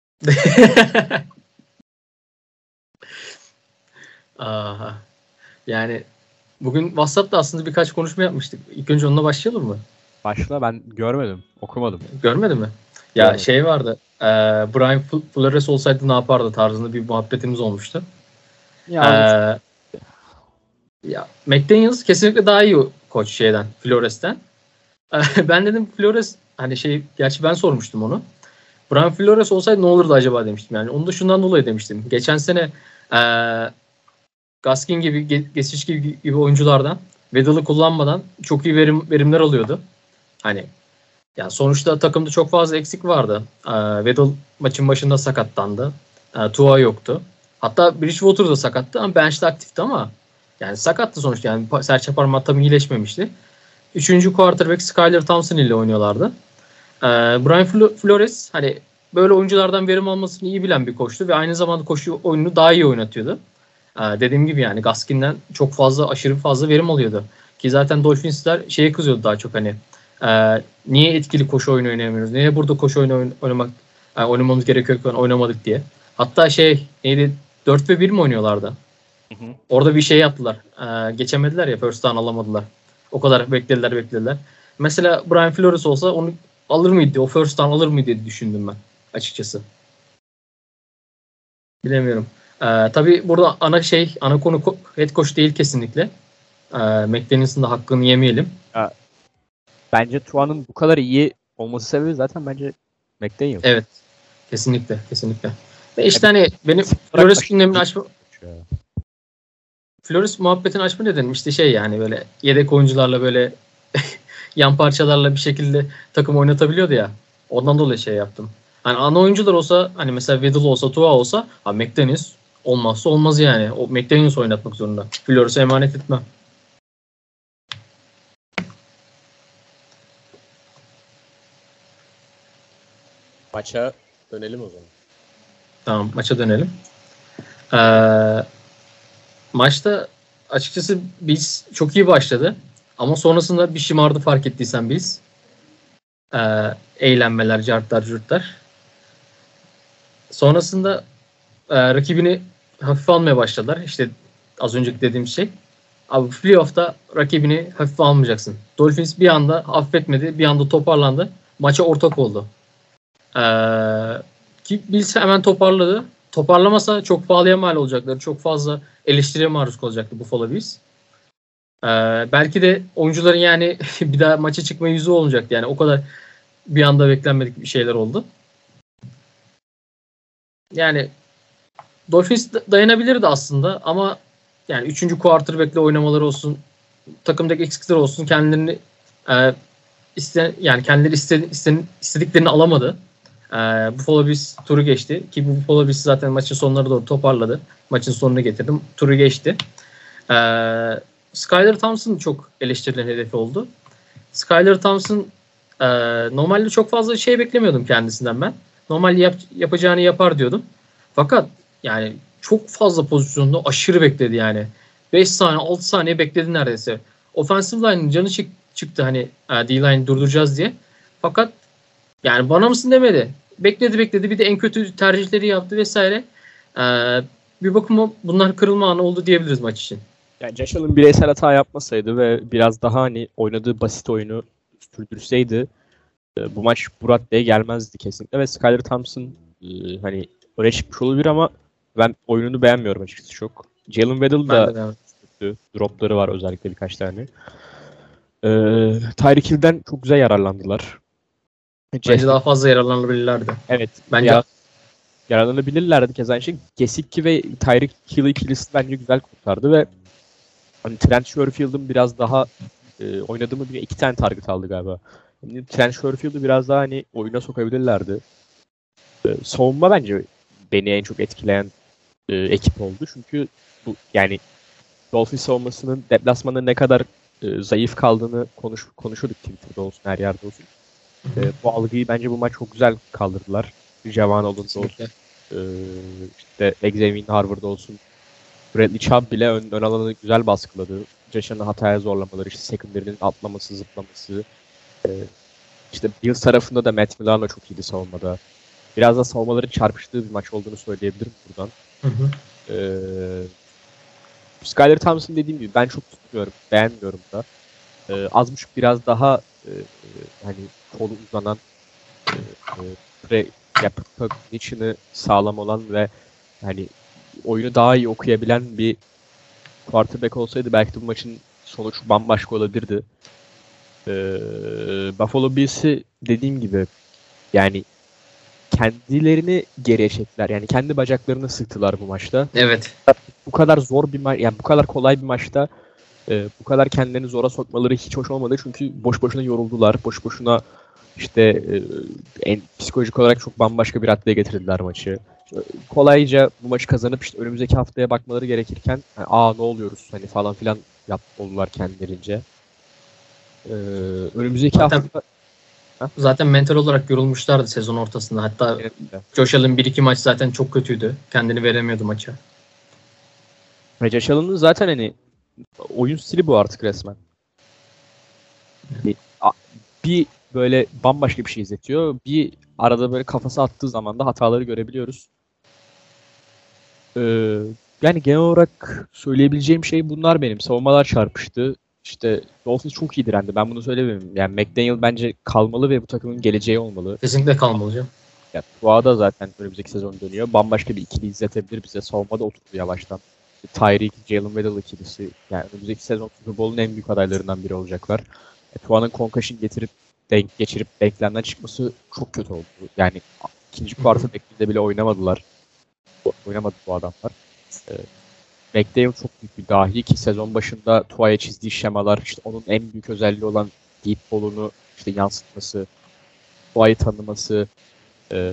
Aha. Yani bugün WhatsApp'ta aslında birkaç konuşma yapmıştık. İlk önce onunla başlayalım mı? Başla, ben görmedim. Okumadım. Görmedin mi? Ya Görmedim. şey vardı. E, Brian Flores olsaydı ne yapardı tarzında bir muhabbetimiz olmuştu. Ya, Ee, ya McDaniels kesinlikle daha iyi koç şeyden, Flores'ten. Ben dedim Flores hani şey gerçi ben sormuştum onu. Brian Flores olsaydı ne olurdu acaba demiştim. Yani onu da şundan dolayı demiştim. Geçen sene e, Gaskin gibi, Gesic gibi, gibi oyunculardan Weddle'ı kullanmadan çok iyi verim, verimler alıyordu. Hani yani sonuçta takımda çok fazla eksik vardı. E, Weddle maçın başında sakatlandı. E, Tua yoktu. Hatta Bridgewater da sakattı ama bench'te aktifti ama yani sakattı sonuçta. Yani serçe parmağı tam iyileşmemişti. Üçüncü quarterback Skyler Thompson ile oynuyorlardı. Ee, Brian Flores hani böyle oyunculardan verim almasını iyi bilen bir koçtu ve aynı zamanda koşu oyununu daha iyi oynatıyordu. Ee, dediğim gibi yani Gaskin'den çok fazla aşırı fazla verim alıyordu. Ki zaten Dolphins'ler şeye kızıyordu daha çok hani e, niye etkili koşu oyunu oynayamıyoruz? Niye burada koşu oyunu oynamak yani oynamamız gerekiyorken oynamadık diye. Hatta şey neydi dört ve bir mi oynuyorlardı? Hı hı. Orada bir şey yaptılar. Ee, geçemediler ya first down alamadılar. O kadar beklediler beklediler. Mesela Brian Flores olsa onu alır mıydı? O first down alır mıydı diye düşündüm ben açıkçası. Bilemiyorum. Ee, tabii burada ana şey, ana konu head coach değil kesinlikle. Ee, McDaniels'ın da hakkını yemeyelim. Ya, bence Tua'nın bu kadar iyi olması sebebi zaten bence McDaniel. Evet. Kesinlikle. Kesinlikle. Ve işte hani benim Flores gündemini açma Flores muhabbetini açma nedenim işte şey yani böyle yedek oyuncularla böyle yan parçalarla bir şekilde takım oynatabiliyordu ya. Ondan dolayı şey yaptım. Hani ana oyuncular olsa hani mesela Weddle olsa Tua olsa ha McDaniels olmazsa olmaz yani. O McDaniels oynatmak zorunda. Flores'e emanet etmem. Maça dönelim o zaman. Tamam maça dönelim. Ee, maçta açıkçası biz çok iyi başladı. Ama sonrasında bir şımardı fark ettiysen biz. Ee, eğlenmeler, cartlar, cürtler. Sonrasında e, rakibini hafife almaya başladılar. İşte az önceki dediğim şey. Abi playoff'ta rakibini hafife almayacaksın. Dolphins bir anda affetmedi. Bir anda toparlandı. Maça ortak oldu. Ee, ki Bills hemen toparladı. Toparlamasa çok pahalıya mal olacakları. Çok fazla eleştiriye maruz kalacaktı Buffalo Bills. Ee, belki de oyuncuların yani bir daha maça çıkma yüzü olmayacaktı. Yani o kadar bir anda beklenmedik bir şeyler oldu. Yani Dolphins dayanabilirdi aslında ama yani üçüncü quarterback'le oynamaları olsun, takımdaki eksikler olsun kendilerini e, iste, yani kendileri iste, iste, istediklerini alamadı. E, Buffalo Bills turu geçti ki bu Buffalo Bills zaten maçın sonları doğru toparladı. Maçın sonunu getirdim. Turu geçti. E, Skyler Thompson çok eleştirilen hedefi oldu. Skyler Thompson e, normalde çok fazla şey beklemiyordum kendisinden ben. Normal yap, yapacağını yapar diyordum. Fakat yani çok fazla pozisyonda aşırı bekledi yani. beş saniye altı saniye bekledi neredeyse. Offensive line'ın canı çık, çıktı hani D-line durduracağız diye. Fakat yani bana mısın demedi. bekledi bekledi bir de en kötü tercihleri yaptı vesaire. Ee, bir bakıma bunlar kırılma anı oldu diyebiliriz maç için. Yani Josh Allen bireysel hata yapmasaydı ve biraz daha hani oynadığı basit oyunu sürdürseydi e, bu maç bu raddeye gelmezdi kesinlikle ve Skylar Thompson e, hani öne çıkmış olabilir ama ben oyununu beğenmiyorum açıkçası çok. Jalen Waddell da Ben de dropları var özellikle birkaç tane. Ee, Tyreek Hill'den çok güzel yararlandılar. Bence Jeff... daha fazla yararlanabilirlerdi. Evet. Bence ya, yararlanabilirlerdi. Keza aynı şey Gesicki ve Tyreek Hill ikilisi bence güzel kurtardı ve hani Trent Sherfield'ın biraz daha e, oynadığımı bir iki tane target aldı galiba. Yani Trent Sherfield'ı biraz daha hani oyuna sokabilirlerdi. E, savunma bence beni en çok etkileyen e, ekip oldu. Çünkü bu yani Dolphins savunmasının deplasmanda ne kadar e, zayıf kaldığını konuş, konuşuyorduk Twitter'da olsun, her yerde olsun. E, bu algıyı bence bu maç çok güzel kaldırdılar. Javan olunca olsun. E, işte Xavier Harvard olsun. Bradley Chubb bile ön, ön alanı güzel baskıladı. Josh Allen'ı hataya zorlamaları, işte secondary'nin atlaması, zıplaması. E, işte Bills tarafında da Matt Milano çok iyiydi savunmada. Biraz da savunmaların çarpıştığı bir maç olduğunu söyleyebilirim buradan. Hı hı. E, Skylar Thompson dediğim gibi ben çok tutmuyorum, beğenmiyorum da. Ee, az buçuk biraz daha e, hani kolu uzanan e, pre recognition'ı sağlam olan ve hani oyunu daha iyi okuyabilen bir quarterback olsaydı belki de bu maçın sonuç bambaşka olabilirdi. Ee, Buffalo Bills'i dediğim gibi yani kendilerini geriye çektiler. Yani kendi bacaklarını sıktılar bu maçta. Evet. Bu kadar zor bir maç, yani bu kadar kolay bir maçta e, bu kadar kendilerini zora sokmaları hiç hoş olmadı. Çünkü boş boşuna yoruldular. Boş boşuna işte e, en psikolojik olarak çok bambaşka bir raddeye getirdiler maçı. İşte, kolayca bu maçı kazanıp işte önümüzdeki haftaya bakmaları gerekirken yani, aa ne oluyoruz hani falan filan yap oldular kendilerince. Ee, önümüzdeki zaten, hafta zaten mental olarak yorulmuşlardı sezon ortasında. Hatta evet. Josh Allen bir iki maç zaten çok kötüydü. Kendini veremiyordu maça. Josh Allen'ın zaten hani oyun stili bu artık resmen. Evet. Bir böyle bambaşka bir şey izletiyor. Bir arada böyle kafası attığı zaman da hataları görebiliyoruz. Ee, yani genel olarak söyleyebileceğim şey bunlar benim. Savunmalar çarpıştı. İşte Dolphins çok iyi direndi. Ben bunu söylemeyeyim. Yani McDaniel bence kalmalı ve bu takımın geleceği olmalı. Kesinlikle kalmalı hocam. Yani Tua da zaten önümüzdeki sezon dönüyor. Bambaşka bir ikili izletebilir bize. Savunmada oturdu yavaştan. Tyreek, Jalen Waddell ikilisi. Yani önümüzdeki sezon Super Bowl'un en büyük adaylarından biri olacaklar. E, Tua'nın concussion getirip denk geçirip denklemden çıkması çok kötü oldu. Yani ikinci kuartı beklediğinde bile oynamadılar. Oynamadı bu adamlar. E, McDaniel çok büyük bir dahi ki sezon başında Tua'ya çizdiği şemalar, işte onun en büyük özelliği olan deep ball'unu işte yansıtması, Tua'yı tanıması e,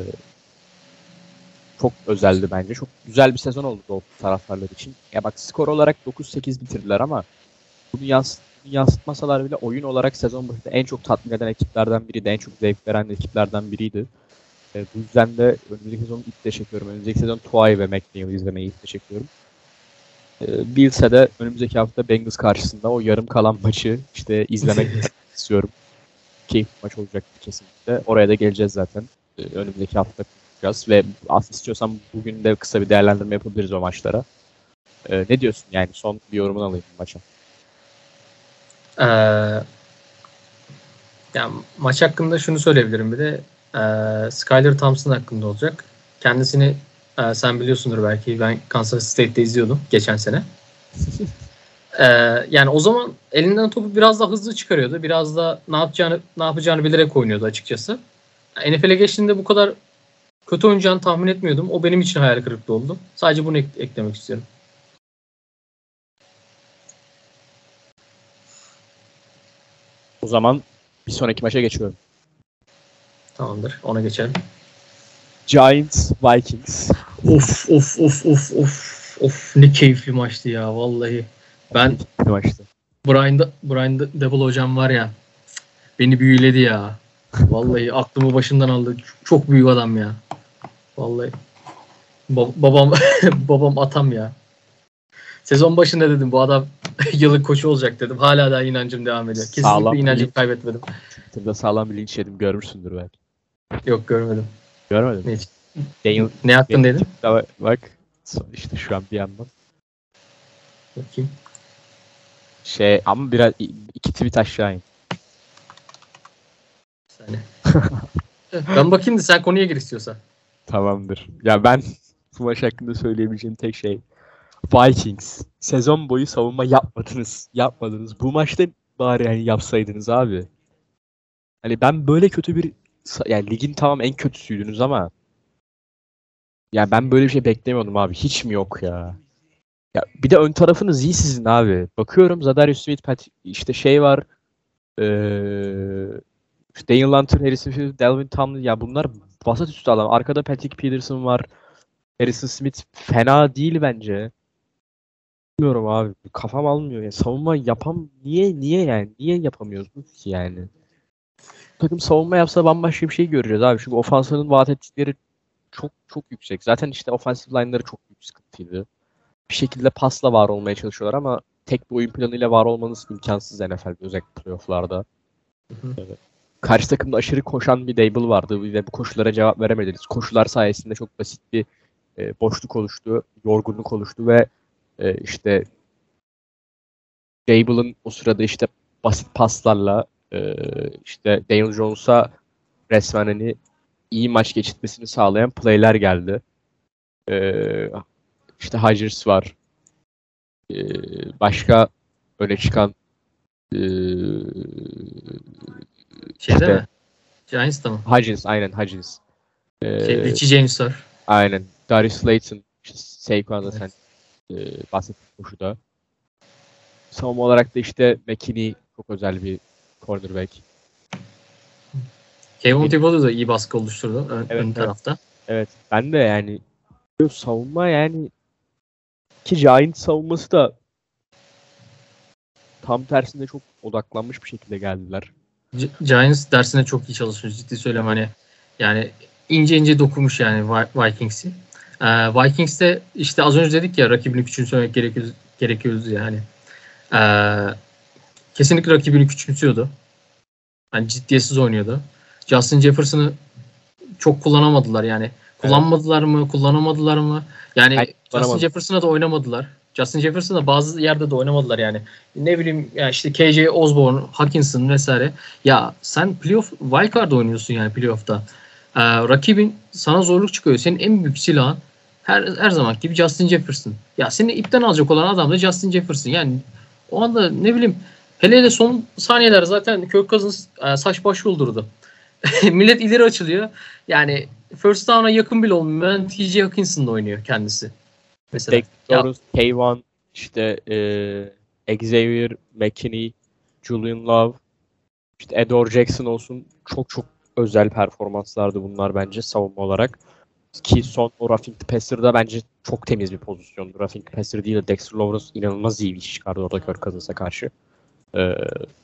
çok özeldi bence. Çok güzel bir sezon oldu o taraftarlar için. Ya bak skor olarak dokuz sekiz bitirdiler ama bunu yansıt yansıtmasalar bile oyun olarak sezon başında en çok tatmin eden ekiplerden biriydi. En çok zevk veren ekiplerden biriydi. E, bu yüzden de önümüzdeki sezonu iple çekiyorum. Önümüzdeki sezon Tua'yı ve McNeil'i izlemeyi iple çekiyorum. E, Bills'e de önümüzdeki hafta Bengals karşısında o yarım kalan maçı işte izlemek istiyorum. Keyifli maç olacaktır kesinlikle. Oraya da geleceğiz zaten. E, önümüzdeki hafta konuşacağız ve aslında istiyorsan bugün de kısa bir değerlendirme yapabiliriz o maçlara. E, ne diyorsun yani? Son bir yorumunu alayım maça. Ee, yani maç hakkında şunu söyleyebilirim bir de e, Skylar Thompson hakkında olacak. Kendisini e, sen biliyorsundur belki, ben Kansas State'de izliyordum geçen sene. e, yani o zaman elinden topu biraz daha hızlı çıkarıyordu. Biraz da ne yapacağını ne yapacağını bilerek oynuyordu açıkçası. N F L'e geçtiğinde bu kadar kötü oynayacağını tahmin etmiyordum. O benim için hayal kırıklığı oldu. Sadece bunu ek- eklemek istiyorum. O zaman bir sonraki maça geçiyorum. Tamamdır. Ona geçelim. Giants Vikings. Of of of of of of ne keyifli maçtı ya vallahi. Ben maçtı. Brian Brian Double hocam var ya, beni büyüledi ya. Vallahi aklımı başından aldı. Çok büyük adam ya. Vallahi ba- babam babam atam ya. Sezon başında dedim bu adam yılın koçu olacak dedim. Hala da inancım devam ediyor. Kesinlikle sağlam inancımı linç. kaybetmedim. Twitter'da sağlam bir linç yedim, görmüşsündür belki. Yok, görmedim. Görmedim. Ne, Daniel, ne hakkındaydın? Bak, bak işte şu an bir yandan. Bakayım. Şey ama biraz iki tweet aşağı in. Yani. Ben bakayım da sen konuya gir istiyorsan. Tamamdır. Ya ben bu maç hakkında söyleyebileceğim tek şey Vikings. Sezon boyu savunma yapmadınız. Yapmadınız. Bu maçta bari yani yapsaydınız abi. Hani ben böyle kötü bir yani ligin tamam en kötüsüydünüz ama ya ben böyle bir şey beklemiyordum abi. Hiç mi yok ya? Ya bir de ön tarafınız iyi sizin abi. Bakıyorum Zadarius Smith, Pat, işte şey var. Eee işte Daniel Hunter, Harrison Phillips, Delvin Tomlin ya bunlar vasat üstü adam. Arkada Patrick Peterson var. Harrison Smith fena değil bence. Bilmiyorum abi. Kafam almıyor. Yani savunma yapam niye niye yani? Niye yapamıyorsunuz ki yani? Takım savunma yapsa bambaşka bir şey göreceğiz abi. Çünkü ofansının vaat ettikleri çok çok yüksek. Zaten işte offensive line'ları çok büyük sıkıntıydı. Bir şekilde pasla var olmaya çalışıyorlar ama tek bir oyun planıyla var olmanız imkansız N F L'de özellikle playoff'larda. Evet. Karşı takımda aşırı koşan bir Dable vardı ve bu koşullara cevap veremediniz. Koşular sayesinde çok basit bir e, boşluk oluştu, yorgunluk oluştu ve e, işte Dable'ın o sırada işte basit paslarla e, işte Daniel Jones'a resmen hani iyi maç geçirmesini sağlayan play'ler geldi. E, işte Hodgers var. E, başka öne çıkan e, Şeyde işte, mi? Giants'ta mı? Hodgins, aynen Hodgins. E, Şey, Richie James var. Aynen. Darius Slayton, işte Saquon'da evet. Sen e, bahsettiğin koşuda. Savunma olarak da işte McKinney çok özel bir cornerback. Kevin Thibodeau da iyi baskı oluşturdu ön, evet, ön evet. tarafta. Evet. Ben de yani savunma yani ki Giants savunması da tam tersinde çok odaklanmış bir şekilde geldiler. G- Giants dersine çok iyi çalışmış. Ciddi söyleyeyim hani yani ince ince dokunmuş yani Vikings'i. Ee, Vikings'te işte az önce dedik ya rakibini küçümsemek gerekiyor, gerekiyordu yani. Ee, kesinlikle rakibini küçümsüyordu. Yani ciddiyetsiz oynuyordu. Justin Jefferson'ı çok kullanamadılar yani. Kullanmadılar evet. mı? Kullanamadılar mı? Yani Hayır, Justin Jefferson'a da oynamadılar. Justin Jefferson'a bazı yerde de oynamadılar yani. Ne bileyim ya işte K J Osborne, Hawkinson vesaire. Ya sen playoff wildcard oynuyorsun yani playoff'ta. Ee, rakibin sana zorluk çıkıyor. Senin en büyük silahın her her zaman gibi Justin Jefferson. Ya seni ipten alacak olan adam da Justin Jefferson. Yani o anda ne bileyim hele hele son saniyeler zaten Kirk Cousins e, saç baş yoldurdu. Millet ileri açılıyor. Yani first down'a yakın bile olmuyor. T J Hawkinson'da oynuyor kendisi. Mesela. Dexter, K bir, işte e, Xavier, McKinney, Julian Love, işte Adore Jackson olsun. Çok çok özel performanslardı bunlar bence savunma olarak. Ki son o roughing the passer'da bence çok temiz bir pozisyondu. Roughing the passer değil de Dexter Lawrence inanılmaz iyi bir iş çıkardı orada Kirk Cousins'a karşı. Ee,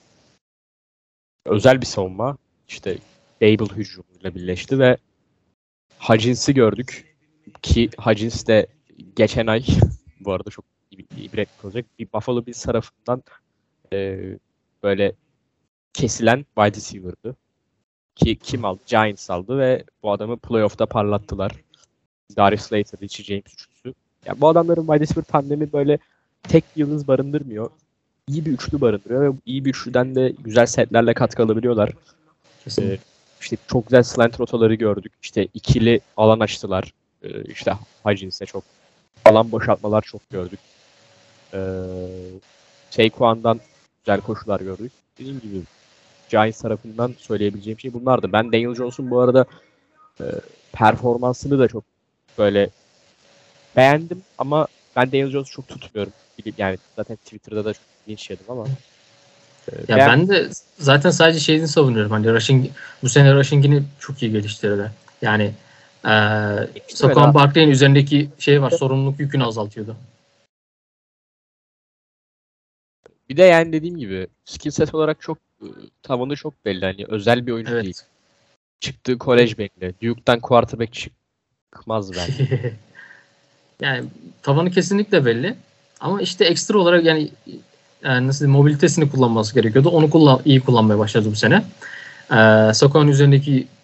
özel bir savunma. İşte Dable hücumuyla birleşti ve Hodgins'i gördük. Ki Hodgins de geçen ay bu arada çok ibretlik olacak. Bir Buffalo Bills tarafından e, böyle kesilen wide receiver'dı. Ki kim aldı? Giants aldı ve bu adamı playoff'ta parlattılar. Darius Slayton, Richie James üçlüsü. Yani bu adamların wide receiver tandemi böyle tek yıldız barındırmıyor. İyi bir üçlü barındırıyor ve iyi bir üçlüden de güzel setlerle katkı alabiliyorlar. Ee, işte çok güzel slant rotaları gördük. İşte ikili alan açtılar. Ee, işte Hodgins'e çok alan boşaltmalar çok gördük. Ee, Saquon'dan güzel koşular gördük. Dediğim gibi Giants tarafından söyleyebileceğim şey bunlardı. Ben Daniel Jones'un bu arada e, performansını da çok böyle beğendim ama ben Daniel Jones'u çok tutmuyorum. Yani zaten Twitter'da da çok linç yedim ama. E, ya beğendim. Ben de zaten sadece şeyini savunuyorum. Hani rushing, bu sene rushing'ini çok iyi geliştirdi. Yani e, Saquon Barkley'in üzerindeki şey var. Sorumluluk yükünü azaltıyordu. Bir de yani dediğim gibi skill set olarak çok tavanı çok belli. Hani özel bir oyuncu evet. değil. Çıktığı kolej belli. Duke'dan quarterback çıkmaz bence. Yani tavanı kesinlikle belli. Ama işte ekstra olarak yani, yani nasıl mobilitesini kullanması gerekiyordu. Onu kullan, iyi kullanmaya başladı bu sene. Ee, Saquon'un üzerindeki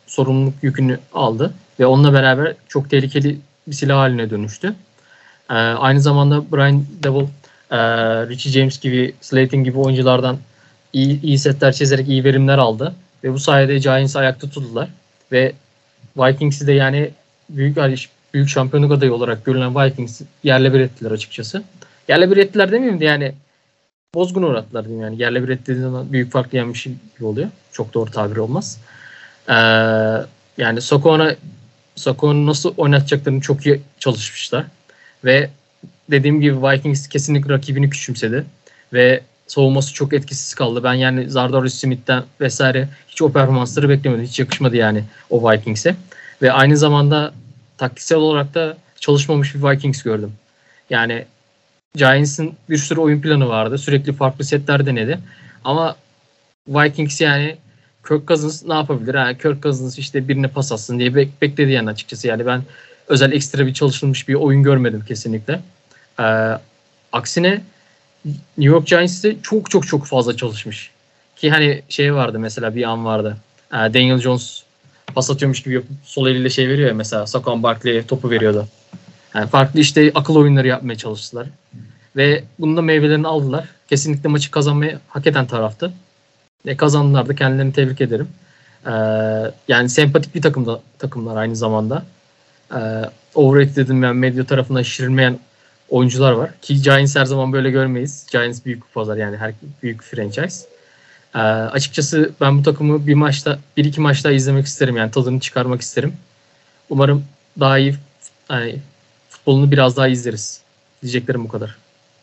sorumluluk yükünü aldı ve onunla beraber çok tehlikeli bir silah haline dönüştü. Ee, aynı zamanda Brian Double, e, Richie James gibi, Slayton gibi oyunculardan iyi, iyi setler çizerek iyi verimler aldı ve bu sayede Giants'ı ayakta tuttular ve Vikings'i de yani büyük büyük şampiyonluk adayı olarak görülen Vikings yerle bir ettiler açıkçası. Yerle bir ettiler demeyeyim de yani bozgun uğrattılar diyeyim yani. Yerle bir ettiği zaman büyük farklı yenmiş gibi oluyor. Çok doğru tabir olmaz. Ee, yani Saquon'a Saquon'u nasıl oynatacaklarını çok iyi çalışmışlar. Ve dediğim gibi Vikings kesinlikle rakibini küçümsedi. Ve savunması çok etkisiz kaldı. Ben yani Zardarius Smith'ten vesaire hiç o performansları beklemedim. Hiç yakışmadı yani o Vikings'e. Ve aynı zamanda taktiksel olarak da çalışmamış bir Vikings gördüm. Yani Giants'ın bir sürü oyun planı vardı. Sürekli farklı setler denedi. Ama Vikings yani Kirk Cousins ne yapabilir? Ha, Kirk Cousins işte birine pas atsın diye bek- bekledi yani açıkçası. Yani ben özel ekstra bir çalışılmış bir oyun görmedim kesinlikle. Ee, aksine New York Giants de çok çok çok fazla çalışmış. Ki hani şey vardı mesela bir an vardı. Ee, Daniel Jones pas atıyormuş gibi yapıp sol eliyle şey veriyor ya mesela Saquon Barkley'e topu veriyordu. Yani farklı işte akıl oyunları yapmaya çalıştılar. Ve bunun da meyvelerini aldılar. Kesinlikle maçı kazanmayı hak eden taraftı. Ve kazandılar da kendilerini tebrik ederim. Ee, yani sempatik bir takımda takımlar aynı zamanda. Ee, overrated edilmeyen, medya tarafından şişirilmeyen oyuncular var. Ki Giants her zaman böyle görmeyiz. Giants büyük bir pazar yani her büyük franchise. Ee, açıkçası ben bu takımı bir maçta, bir iki maçta izlemek isterim yani tadını çıkarmak isterim. Umarım daha iyi yani, futbolunu biraz daha izleriz. Diyeceklerim bu kadar.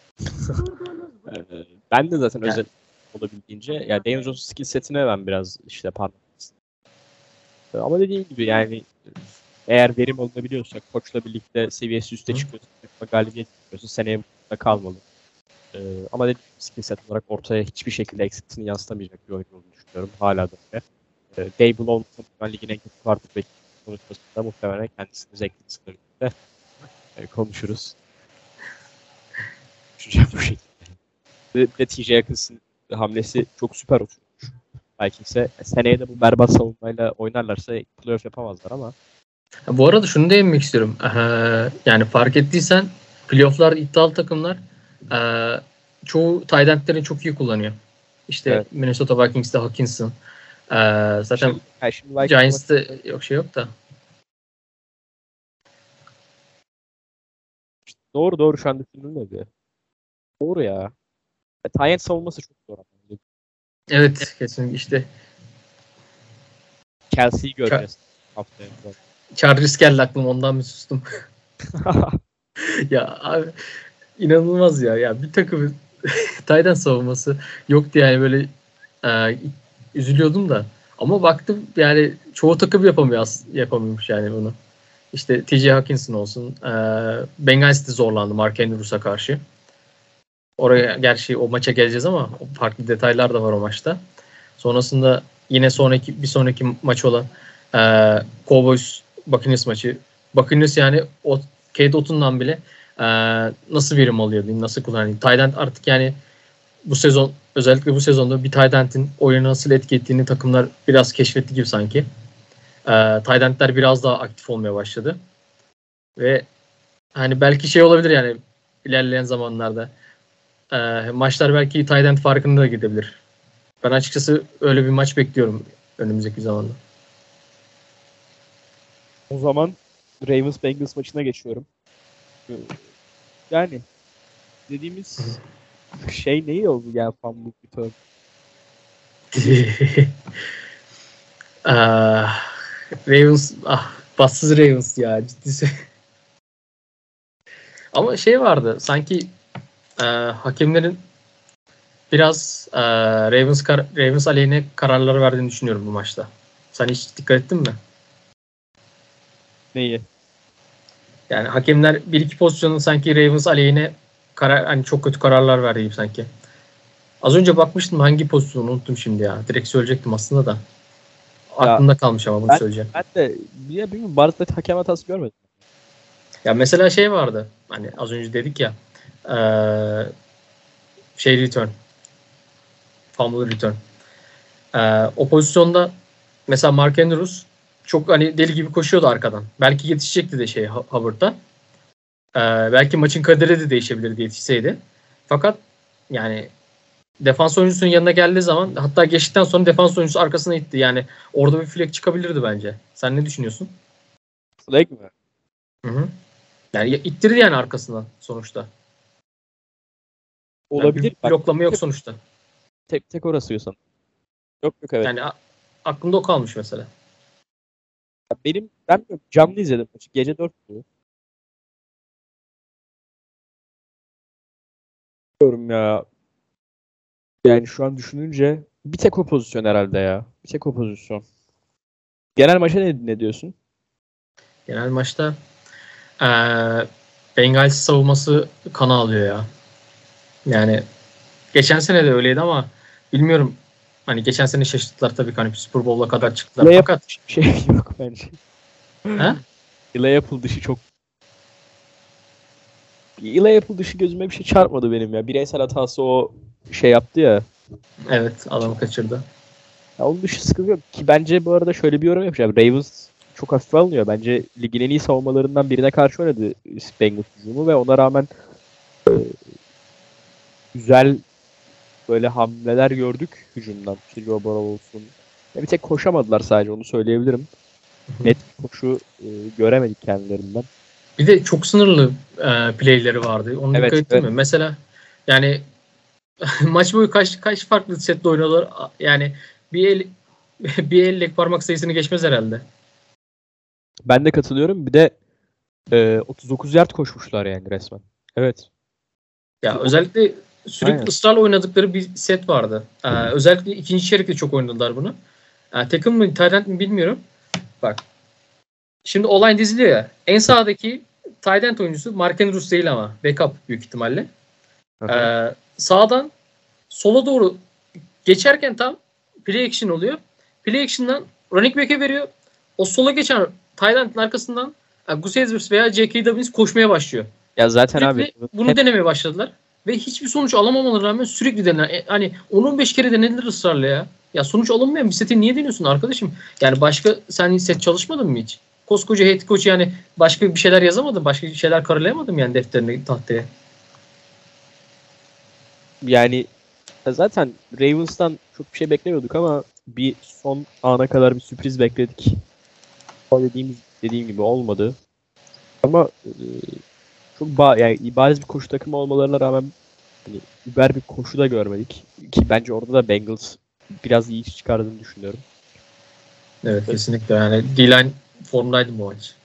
Ee, ben de zaten Yani. özel olabildiğince ya Daniel Jones skill setine ben biraz işte parmak istedim. Ama dediğim gibi yani eğer verim alınabiliyorsa, koçla birlikte seviyesi üste çıkıyorsa, galibiyet çıkıyorsa seneye mutlaka kalmalı. Ee, ama dediğim gibi skill set olarak ortaya hiçbir şekilde eksikliğini yansıtamayacak bir oyuncu olduğunu düşünüyorum. Hala da öyle. Ee, Dable olmasa ben ligin en kötü quarterback konuşmasında muhtemelen kendisini zevkli sınırında e, konuşuruz. Düşüneceğim bu şekilde. Ve T J Yakıns'ın hamlesi çok süper oturmuş. Vikings'e seneye de bu berbat savunmayla oynarlarsa playoff yapamazlar ama. Bu arada şunu da yemek istiyorum. Ee, yani fark ettiysen playoff'lar iddialı takımlar e, çoğu tight end'lerini çok iyi kullanıyor. İşte Evet. Minnesota Vikings'te Hawkinson. Ee, zaten Şimdi, yani şimdi Giants'te yok şey yok da. Doğru doğru şu an düşünülmedi. Doğru ya. E, tight end savunması çok zor. Evet kesinlikle işte. Kelsey'yi göreceğiz haftaya. Chargers geldi aklıma ondan bir sustum. Ya abi inanılmaz ya. Ya bir takım tight end savunması yoktu yani böyle e, üzülüyordum da. Ama baktım yani çoğu takım yapamıyor yapamıyormuş yani bunu. İşte T J Hawkinson olsun. E, Bengals de zorlandı Mark Andrews'a karşı. Oraya gerçi o maça geleceğiz ama farklı detaylar da var o maçta. Sonrasında yine sonraki bir sonraki maç olan e, Cowboys Buccaneers maçı. Buccaneers yani o Kate Otton'dan bile e, nasıl verim alıyor diyeyim, nasıl kullanıyor. Tight end artık yani bu sezon özellikle bu sezonda bir tight end'in oyunu nasıl etki ettiğini takımlar biraz keşfetti gibi sanki. E, tight end'ler biraz daha aktif olmaya başladı. Ve hani belki şey olabilir yani ilerleyen zamanlarda e, maçlar belki tight end farkında da gidebilir. Ben açıkçası öyle bir maç bekliyorum önümüzdeki zamanda. O zaman Ravens Bengals maçına geçiyorum. Yani dediğimiz şey neyi oldu yani fumble return? ah, Ravens ah bassız Ravens ya ciddisi. Ama şey vardı sanki e, hakemlerin biraz e, Ravens kar- Ravens aleyhine kararlar verdiğini düşünüyorum bu maçta. Sen hiç dikkat ettin mi? Neyi? Yani hakemler bir iki pozisyonun sanki Ravens aleyhine karar hani çok kötü kararlar verdi gibi sanki. Az önce bakmıştım hangi pozisyonu unuttum şimdi ya. Direkt söyleyecektim aslında da. Aklımda kalmış ama bunu ben, söyleyeceğim. Ben de ya bilmiyorum Bart'ta hakem hatası görmedim. Ya mesela şey vardı. Hani az önce dedik ya. Ee, şey return. Fumble return. Ee, o pozisyonda mesela Mark Andrews çok hani deli gibi koşuyordu arkadan. Belki yetişecekti de şey Hubbard'a. Ee, belki maçın kaderi de değişebilirdi yetişseydi. Fakat yani defans oyuncusunun yanına geldiği zaman, hatta geçtikten sonra defans oyuncusu arkasına itti. Yani orada bir flag çıkabilirdi bence. Sen ne düşünüyorsun? Flag mi? Hı hı. Yani ittirdi yani arkasından sonuçta. Olabilir. Yani bir bloklama yok sonuçta. Tek tek orası diyorsan. Yok yok evet. Yani a- aklımda o kalmış mesela. Benim ben canlı izledim maçı. Gece dörttü. Bilmiyorum ya. Yani şu an düşününce bir tek o pozisyon herhalde ya. Bir tek o pozisyon. Genel maça ne, ne diyorsun? Genel maçta ee, Bengals savunması kana alıyor ya. Yani geçen sene de öyleydi ama bilmiyorum. Hani geçen sene şaşırttılar tabii ki, hani Super Bowl'a kadar çıktılar. Hile Fakat bir şey yok bence. he? Hile Apple dışı çok Hile Apple dışı gözüme bir şey çarpmadı benim ya. Bireysel hatası o şey yaptı ya. Evet, adamı kaçırdı. Ya onun dışı sıkıntı yok. Ki bence bu arada şöyle bir yorum yapacağım. Ravens çok hafife alınıyor. Bence ligin en iyi savunmalarından birine karşı oynadı Bengals hücumu ve ona rağmen e, güzel böyle hamleler gördük hücumdan. İşte Joe Burrow olsun. Ya bir tek koşamadılar sadece, onu söyleyebilirim. Net bir koşu e, göremedik kendilerinden. Bir de çok sınırlı e, playleri vardı. Onu Evet, dikkat ettin evet. mi? Mesela yani maç boyu kaç kaç farklı setle oynadılar. Yani bir el bir elle parmak sayısını geçmez herhalde. Ben de katılıyorum. Bir de e, otuz dokuz yard koşmuşlar yani resmen. Evet. Ya O- özellikle sürekli Aynen. ısrarla oynadıkları bir set vardı. Ee, özellikle ikinci çeyrekte çok oynadılar bunu. Ee, takım mı, Tyrant mi bilmiyorum. Bak. Şimdi olay diziliyor ya. En sağdaki Tyrant oyuncusu Mark Andrews değil ama. Backup büyük ihtimalle. Aha. Ee, sağdan sola doğru geçerken tam play action oluyor. Play action'dan running back'e veriyor. O sola geçen Tyrant'ın arkasından e, Gus Edwards veya J K. Dobbins koşmaya başlıyor. Ya zaten abi Sürekli bunu hep denemeye başladılar. Ve hiçbir sonuç alamamalarına rağmen sürekli denen. E, hani on on beş kere denediler ısrarla ya. Ya sonuç alınmayan bir seti niye deniyorsun arkadaşım? Yani başka, sen set çalışmadın mı hiç? Koskoca head coach, yani başka bir şeyler yazamadın. Başka bir şeyler karalayamadın yani defterine, tahtaya. yani zaten Ravens'tan çok bir şey beklemiyorduk ama bir son ana kadar bir sürpriz bekledik. O dediğimiz dediğim gibi olmadı. Ama e, çok ba yani bariz bir koşu takımı olmalarına rağmen hani über bir koşu da görmedik. Ki bence orada da Bengals biraz iyi iş çıkardığını düşünüyorum. Evet, kesinlikle. Yani D-line formdaydı bu maç.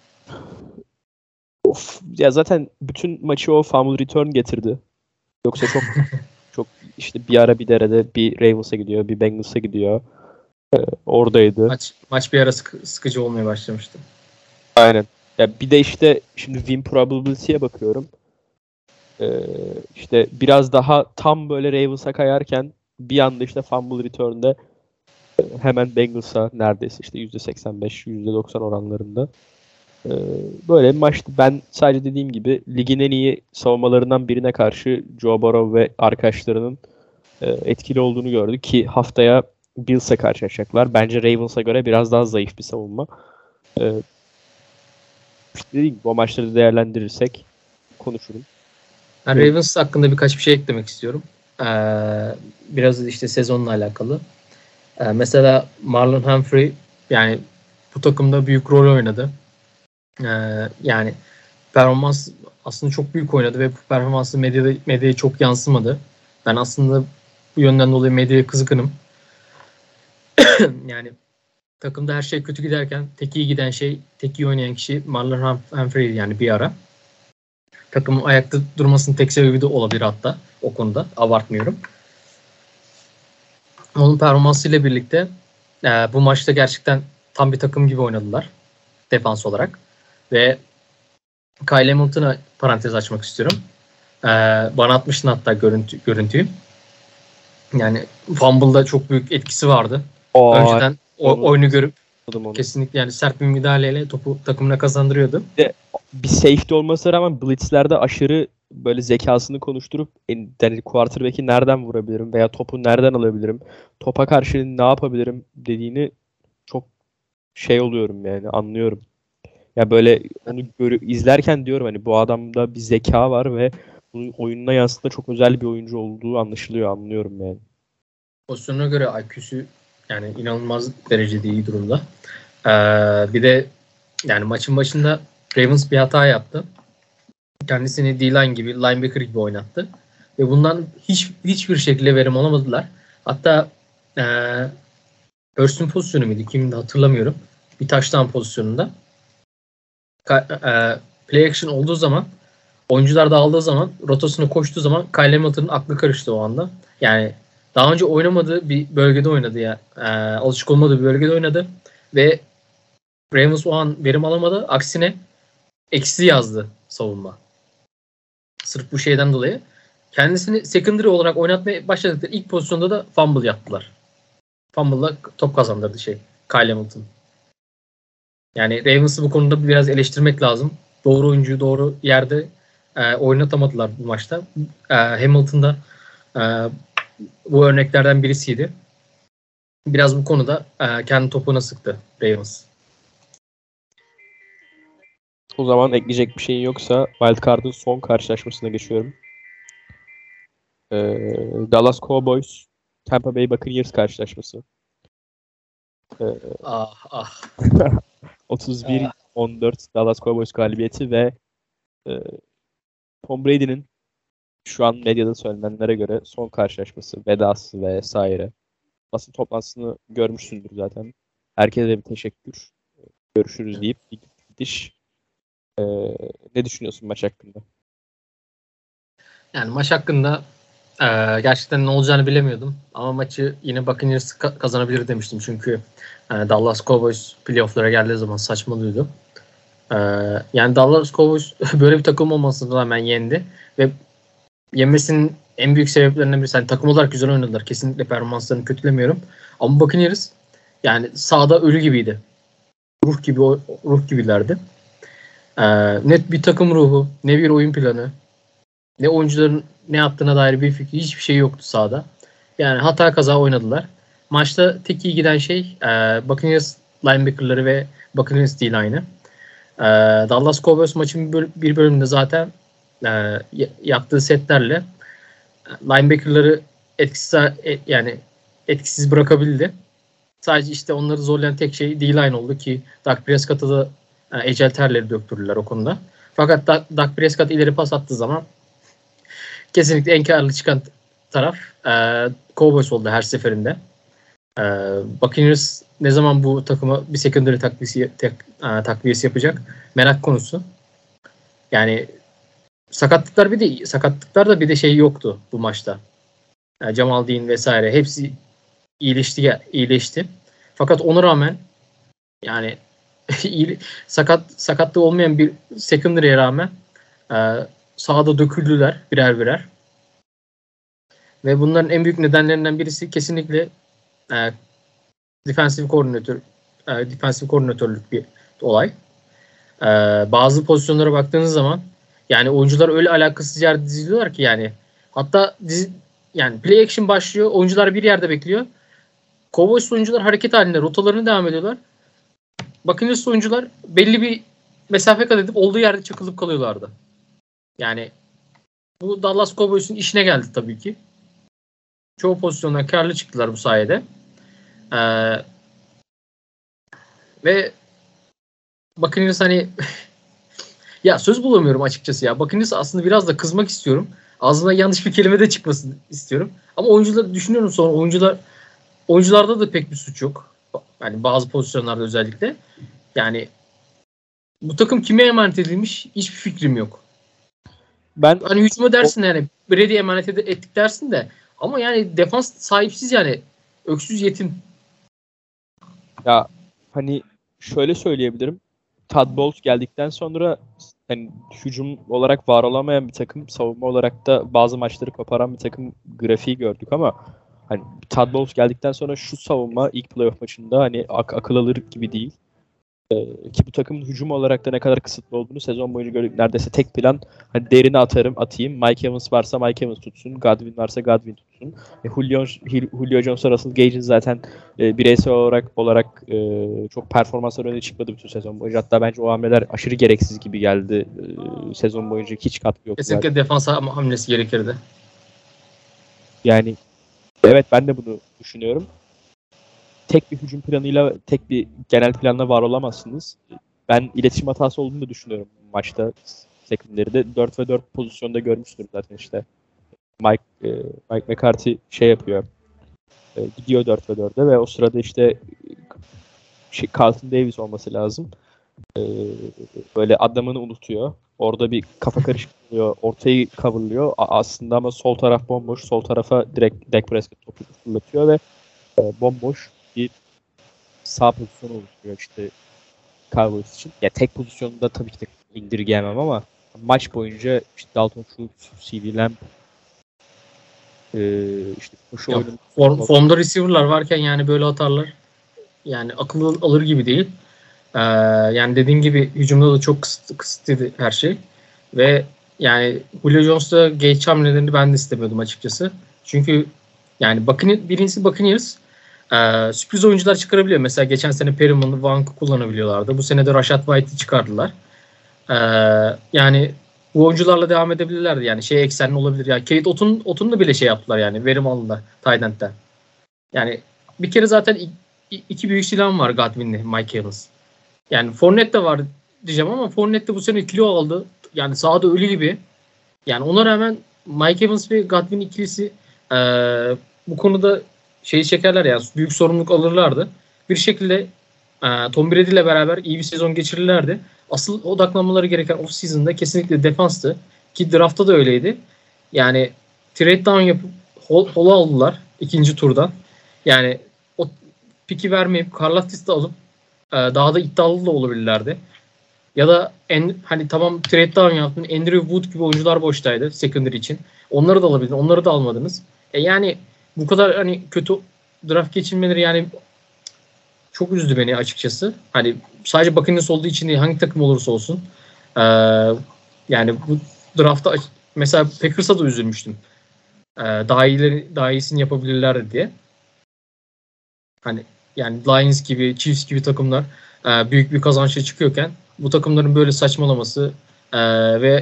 Of, ya zaten bütün maçı o fumble return getirdi. Yoksa çok çok işte bir ara bir derede bir Ravens'a gidiyor, bir Bengals'a gidiyor. Ee, oradaydı. Maç maç bir ara sıkı- sıkıcı olmaya başlamıştı. Aynen. Ya bir de işte şimdi win probability'ye bakıyorum. Ee, işte biraz daha tam böyle Ravens'a kayarken bir anda işte fumble return'de e, hemen Bengals'a neredeyse işte yüzde seksen beş yüzde doksan oranlarında. Ee, böyle bir maçtı. Ben sadece dediğim gibi ligin en iyi savunmalarından birine karşı Joe Burrow ve arkadaşlarının e, etkili olduğunu gördük ki haftaya Bills'e karşılaşacaklar. Bence Ravens'a göre biraz daha zayıf bir savunma. Ee, işte dediğim gibi o maçları değerlendirirsek konuşurum. Ben Evet. Ravens hakkında birkaç bir şey eklemek istiyorum. Ee, biraz da işte sezonla alakalı. Ee, mesela Marlon Humphrey yani bu takımda büyük rol oynadı. Ee, yani performans aslında çok büyük oynadı ve bu performansı medyada, medyaya çok yansımadı. Ben aslında bu yönden dolayı medyaya kızgınım. Yani takımda her şey kötü giderken tek iyi giden şey, tek iyi oynayan kişi Marlon Humphrey'di yani bir ara. Takımın ayakta durmasının tek sebebi de olabilir hatta o konuda. Abartmıyorum. Onun performansıyla birlikte e, bu maçta gerçekten tam bir takım gibi oynadılar. Defans olarak. Ve Kyle Hamilton'a parantez açmak istiyorum. E, bana atmıştın hatta görüntü, görüntüyü. Yani fumble'da çok büyük etkisi vardı. Aa, Önceden o, onu, oyunu görüp onu. kesinlikle yani sert bir müdahaleyle topu takımına kazandırıyordu. De, bir safety olmasına rağmen blitzlerde aşırı böyle zekasını konuşturup en, yani quarterback'i nereden vurabilirim veya topu nereden alabilirim, topa karşı ne yapabilirim dediğini çok şey oluyorum yani anlıyorum. Ya böyle onu görü- izlerken diyorum hani bu adamda bir zeka var ve bunun oyununa yansıtında çok özel bir oyuncu olduğu anlaşılıyor, anlıyorum yani. Pozisyonuna göre I Q'su yani inanılmaz derecede iyi durumda. Ee, bir de yani maçın başında Ravens bir hata yaptı. Kendisini D-line gibi, linebacker gibi oynattı. Ve bundan hiç hiçbir şekilde verim alamadılar. Hatta e, Hurst'un pozisyonu muydu? Kimdi hatırlamıyorum. Bir touchdown pozisyonunda. Ka- e, play action olduğu zaman, oyuncular dağıldığı zaman, rotasını koştuğu zaman Kyle Hamilton'ın aklı karıştı o anda. Yani daha önce oynamadığı bir bölgede oynadı ya. E, alışık olmadığı bir bölgede oynadı. Ve Ravens o an verim alamadı. Aksine eksi yazdı savunma. Sırf bu şeyden dolayı. Kendisini secondary olarak oynatmaya başladıkları ilk pozisyonda da fumble yaptılar. Fumble'la top kazandırdı şey. Kyle Hamilton. Yani Ravens'ı bu konuda biraz eleştirmek lazım. Doğru oyuncuyu doğru yerde e, oynatamadılar bu maçta. E, Hamilton da e, bu örneklerden birisiydi. Biraz bu konuda e, kendi topuna sıktı Ravens. O zaman ekleyecek bir şeyin yoksa Wildcard'ın son karşılaşmasına geçiyorum. Ee, Dallas Cowboys Tampa Bay Buccaneers karşılaşması. Ee, Ah ah. otuz bir on dört Dallas Cowboys galibiyeti ve e, Tom Brady'nin şu an medyada söylenenlere göre son karşılaşması, vedası vesaire. Basın toplantısını görmüşsündür zaten. Herkese de bir teşekkür. Görüşürüz deyip bir gidiş. Ee, ne düşünüyorsun maç hakkında? Yani maç hakkında e, gerçekten ne olacağını bilemiyordum. Ama maçı yine Buccaneers ka- kazanabilir demiştim. Çünkü e, Dallas Cowboys playoff'lara geldiği zaman saçmalıyordu. E, yani Dallas Cowboys böyle bir takım olmasına rağmen yendi. Ve yenmesinin en büyük sebeplerinden birisi. Yani takım olarak güzel oynadılar. Kesinlikle performanslarını kötülemiyorum. Ama Buccaneers yani sahada ölü gibiydi. Ruh gibi ruh gibilerdi. E, net bir takım ruhu, ne bir oyun planı, ne oyuncuların ne yaptığına dair bir fikri, hiçbir şey yoktu sahada. Yani hata kaza oynadılar. Maçta tek iyi giden şey e, Buccaneers linebacker'ları ve Buccaneers D-line'ı. E, Dallas Cowboys maçın bir bölümünde zaten e, yaptığı setlerle linebacker'ları etkisiz e, yani etkisiz bırakabildi. Sadece işte onları zorlayan tek şey D-line oldu ki Dak Prescott'a da e, ecel terleri döktürdüler o konuda. Fakat Dak Prescott ileri pas attığı zaman kesinlikle en karlı çıkan taraf e, Cowboys oldu her seferinde. E, Buccaneers ne zaman bu takıma bir secondary takviyesi, tek, e, takviyesi yapacak merak konusu. Yani sakatlıklar bir de sakatlıklar da bir de şey yoktu bu maçta. E, Jamal Dean vesaire hepsi iyileşti iyileşti. Fakat ona rağmen yani sakat sakatlığı olmayan bir secondary'e rağmen e, sahada döküldüler birer birer. Ve bunların en büyük nedenlerinden birisi kesinlikle e, defensive koordinatör e, defensive koordinatörlük bir olay. E, bazı pozisyonlara baktığınız zaman yani oyuncular öyle alakasız yerde diziliyorlar ki yani hatta dizi, yani play action başlıyor. Oyuncular bir yerde bekliyor. Cowboys oyuncular hareket halinde rotalarını devam ediyorlar. Buccaneers oyuncular belli bir mesafe kat edip olduğu yerde çakılıp kalıyorlardı. Yani bu Dallas Cowboys'un işine geldi tabii ki. Çoğu pozisyondan karlı çıktılar bu sayede. Ee, ve Buccaneers hani ya söz bulamıyorum açıkçası ya. Buccaneers aslında biraz da kızmak istiyorum. Ağzından yanlış bir kelime de çıkmasını istiyorum. Ama oyuncuları düşünüyorum sonra oyuncular oyuncularda da pek bir suç yok. Yani bazı pozisyonlarda özellikle. Yani bu takım kime emanet edilmiş hiçbir fikrim yok. Ben hani hücuma dersin yani Brady emanet ettik dersin de ama yani defans sahipsiz yani öksüz yetim. ya hani şöyle söyleyebilirim. Todd Bowles geldikten sonra hani hücum olarak var olamayan bir takım, savunma olarak da bazı maçları koparan bir takım grafiği gördük ama hani Todd Bowles geldikten sonra şu savunma ilk playoff maçında hani ak- akıl alır gibi değil. Ee, ki bu takımın hücum olarak da ne kadar kısıtlı olduğunu sezon boyunca gördük. Neredeyse tek plan hani derini atarım atayım. Mike Evans varsa Mike Evans tutsun. Godwin varsa Godwin tutsun. E, Julio, Julio Jones, Russell Gage'in zaten e, bireysel olarak olarak e, çok performanslar öne çıkmadı bütün sezon boyunca. Hatta bence o hamleler aşırı gereksiz gibi geldi. E, sezon boyunca hiç katkı yok. Kesinlikle zaten. defans hamlesi gerekirdi. Yani evet, ben de bunu düşünüyorum. Tek bir hücum planıyla, tek bir genel planla var olamazsınız. Ben iletişim hatası olduğunu da düşünüyorum maçta. Secondary'de dört ve dört pozisyonda görmüştür zaten işte. Mike, e, Mike McCarthy şey yapıyor. E, gidiyor dört ve dörde ve o sırada işte şey, Carlton Davis olması lazım. E, böyle adamını unutuyor. Orada bir kafa karışıklıyor. Ortayı coverlıyor. A- aslında ama sol taraf bomboş. Sol tarafa direkt Dak Prescott topu fırlatıyor ve e, bomboş bir sağ pozisyon oluşturuyor işte Cowboys için. Ya tek pozisyonunda tabii ki de indirgeyemem ama maç boyunca işte Dalton Schultz, C D Lamb e, işte koşu oyunu Form, formda receiver'lar varken yani böyle atarlar. Yani akıl alır gibi değil. Ee, yani dediğin gibi hücumda da çok kısıtlı, kısıtlıydı her şey. Ve yani Julio Jones'la Gage hamlelerini ben de istemiyordum açıkçası. Çünkü yani bakın, birincisi Buccaneers e, sürpriz oyuncular çıkarabiliyor. Mesela geçen sene Perriman'ı, Wank'ı kullanabiliyorlardı. Bu sene de Rashad White'i çıkardılar. Ee, yani bu oyuncularla devam edebilirlerdi. Yani şey eksenli olabilir. Yani Kate Otun, Otun'la bile şey yaptılar yani. Verim alındı tight end'den. Yani bir kere zaten iki büyük silahım var Godwin'li, Mike Evans. Yani Fournette de var diyeceğim ama Fournette de bu sene kilo aldı. Yani sahada ölü gibi. Yani ona rağmen Mike Evans ve Godwin ikilisi e, bu konuda şeyi çekerler ya, büyük sorumluluk alırlardı. Bir şekilde e, Tom Brady ile beraber iyi bir sezon geçirirlerdi. Asıl odaklanmaları gereken off-season'da kesinlikle defanstı. Ki draftta da öyleydi. Yani trade down yapıp Hall'u aldılar ikinci turdan. Yani o piki vermeyip Karlaftis'i alıp e, daha da iddialı da olabilirlerdi. Ya da en, hani tamam trade down yaptın. Andrew Wood gibi oyuncular boştaydı secondary için. Onları da alabildin. Onları da almadınız. E yani bu kadar hani kötü draft geçirmeleri yani çok üzdü beni açıkçası. Hani sadece Buccaneers olduğu için değil, hangi takım olursa olsun. Ee, yani bu draftta mesela Packers'a da üzülmüştüm. Ee, daha iyileri, daha iyisini yapabilirler diye. Hani yani Lions gibi, Chiefs gibi takımlar e, büyük bir kazançla çıkıyorken bu takımların böyle saçmalaması e, ve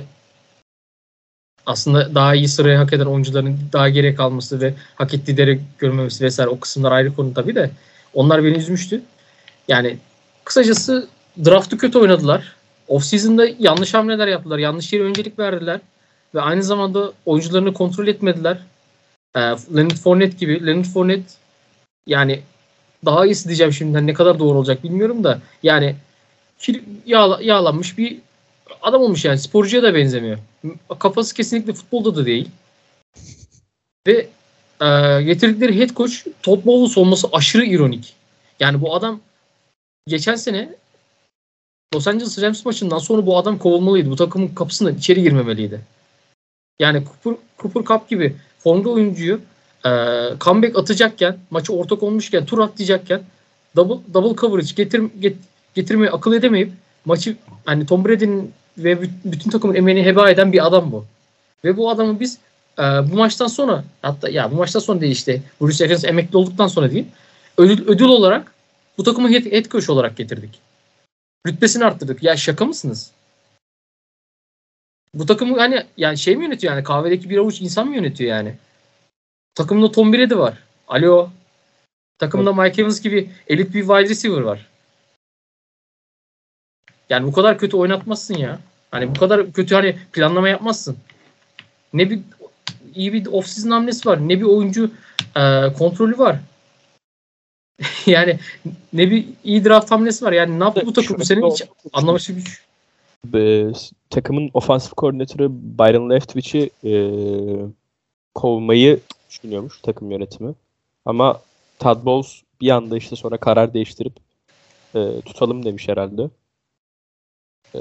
aslında daha iyi sırayı hak eden oyuncuların daha geriye kalması ve hak ettiği değeri görmemesi vesaire, o kısımlar ayrı konu tabii de onlar beni üzmüştü. Yani kısacası draft'ı kötü oynadılar. Off-season'da yanlış hamleler yaptılar. Yanlış yere öncelik verdiler. Ve aynı zamanda oyuncularını kontrol etmediler. E, Leonard Fournette gibi. Leonard Fournette yani daha iyisi diyeceğim şimdi. Ne kadar doğru olacak bilmiyorum da. Yani yağla, yağlanmış bir adam olmuş yani. Sporcuya da benzemiyor. Kafası kesinlikle futbolda da değil. Ve e, getirdikleri head coach Todd Bowles olması aşırı ironik. Yani bu adam geçen sene Los Angeles Rams maçından sonra bu adam kovulmalıydı. Bu takımın kapısından içeri girmemeliydi. Yani Cooper, Cooper Kupp gibi formda oyuncuyu e, comeback atacakken, maçı ortak olmuşken, tur atlayacakken double, double coverage getir, get, getirmeyi akıl edemeyip maçı hani Tom Brady'nin ve bütün takımın emeğini heba eden bir adam bu. Ve bu adamı biz e, bu maçtan sonra, hatta ya bu maçtan sonra değil işte Bruce Arians emekli olduktan sonra değil, ödül, ödül olarak bu takımı head, head coach olarak getirdik. Rütbesini arttırdık. Ya şaka mısınız? Bu takımı hani yani şey mi yönetiyor yani, kahvedeki bir avuç insan mı yönetiyor yani? Takımda Tom Brady var. Alo. Takımda Mike Evans gibi elit bir wide receiver var. Yani bu kadar kötü oynatmazsın ya. Hani bu kadar kötü hani planlama yapmazsın. Ne bir iyi bir off-season hamlesi var. Ne bir oyuncu e, kontrolü var. Yani ne bir iyi draft hamlesi var. Yani ne yaptı bu takım bu sene hiç anlaması güç. Be, takımın ofansif koordinatörü Byron Leftwich'i e, kovmayı düşünüyormuş takım yönetimi. Ama Todd Bowles bir anda işte sonra karar değiştirip e, tutalım demiş herhalde. E,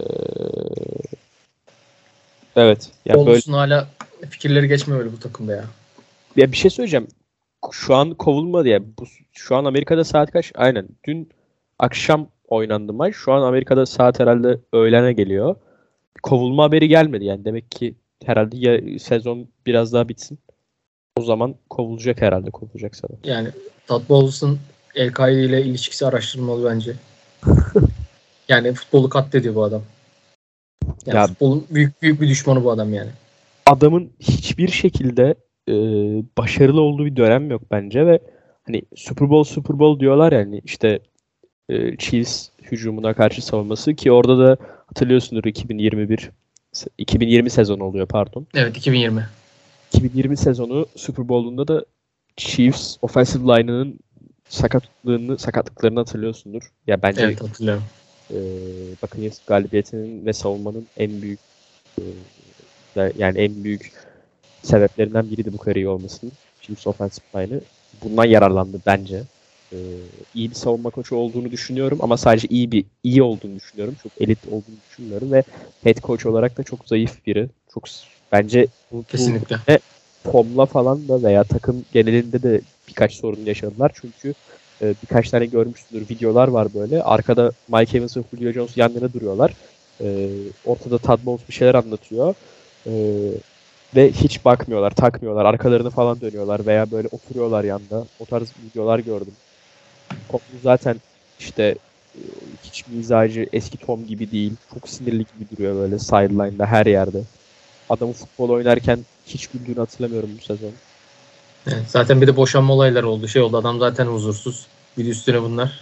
evet. Yani Bowles'un böyle hala fikirleri geçmiyor öyle bu takımda ya. Ya bir şey söyleyeceğim. Şu an kovulmadı ya. Bu, şu an Amerika'da saat kaç? Aynen. Dün akşam oynandı maç. Şu an Amerika'da saat herhalde öğlene geliyor. Kovulma haberi gelmedi yani. Demek ki herhalde ya sezon biraz daha bitsin. O zaman kovulacak herhalde. Kovulacak sanırım. Yani Todd Bowles'un El Kaide ile ilişkisi araştırılmalı bence. Yani futbolu katlediyor bu adam. Yani Ya- futbolun büyük büyük bir düşmanı bu adam yani. Adamın hiçbir şekilde e, başarılı olduğu bir dönem yok bence ve hani Super Bowl Super Bowl diyorlar yani işte e, Chiefs hücumuna karşı savunması ki orada da hatırlıyorsundur iki bin yirmi bir iki bin yirmi sezonu oluyor pardon. Evet, iki bin yirmi. iki bin yirmi sezonu Super Bowl'unda da Chiefs offensive line'ının sakatlığını sakatlıklarını hatırlıyorsundur. Ya bence Evet, hatırlıyorum. e, Buccaneers galibiyetinin ve savunmanın en büyük e, ve yani en büyük sebeplerinden biriydi bu kadar iyi olmasının. Chiefs offensive line'ı bundan yararlandı bence. Ee, iyi bir savunma koçu olduğunu düşünüyorum ama sadece iyi bir iyi olduğunu düşünüyorum. Çok elit olduğunu düşünmüyorum ve head coach olarak da çok zayıf biri. Çok s- bence bu, Kesinlikle. bu ve Tom'la falan da veya takım genelinde de birkaç sorun yaşadılar. Çünkü e, birkaç tane görmüşsündür videolar var böyle. Arkada Mike Evans ve Julio Jones yan yana duruyorlar. E, ortada Todd Bowles bir şeyler anlatıyor. E, Ve hiç bakmıyorlar, takmıyorlar. Arkalarını falan dönüyorlar veya böyle oturuyorlar yanda. O tarz videolar gördüm. Tom zaten işte e, hiç mizacı eski Tom gibi değil. Çok sinirli gibi duruyor böyle sideline'da her yerde. Adamı futbol oynarken hiç güldüğünü hatırlamıyorum bu sezon. Evet, zaten bir de boşanma olayları oldu. Şey oldu, adam zaten huzursuz. Bir de üstüne bunlar.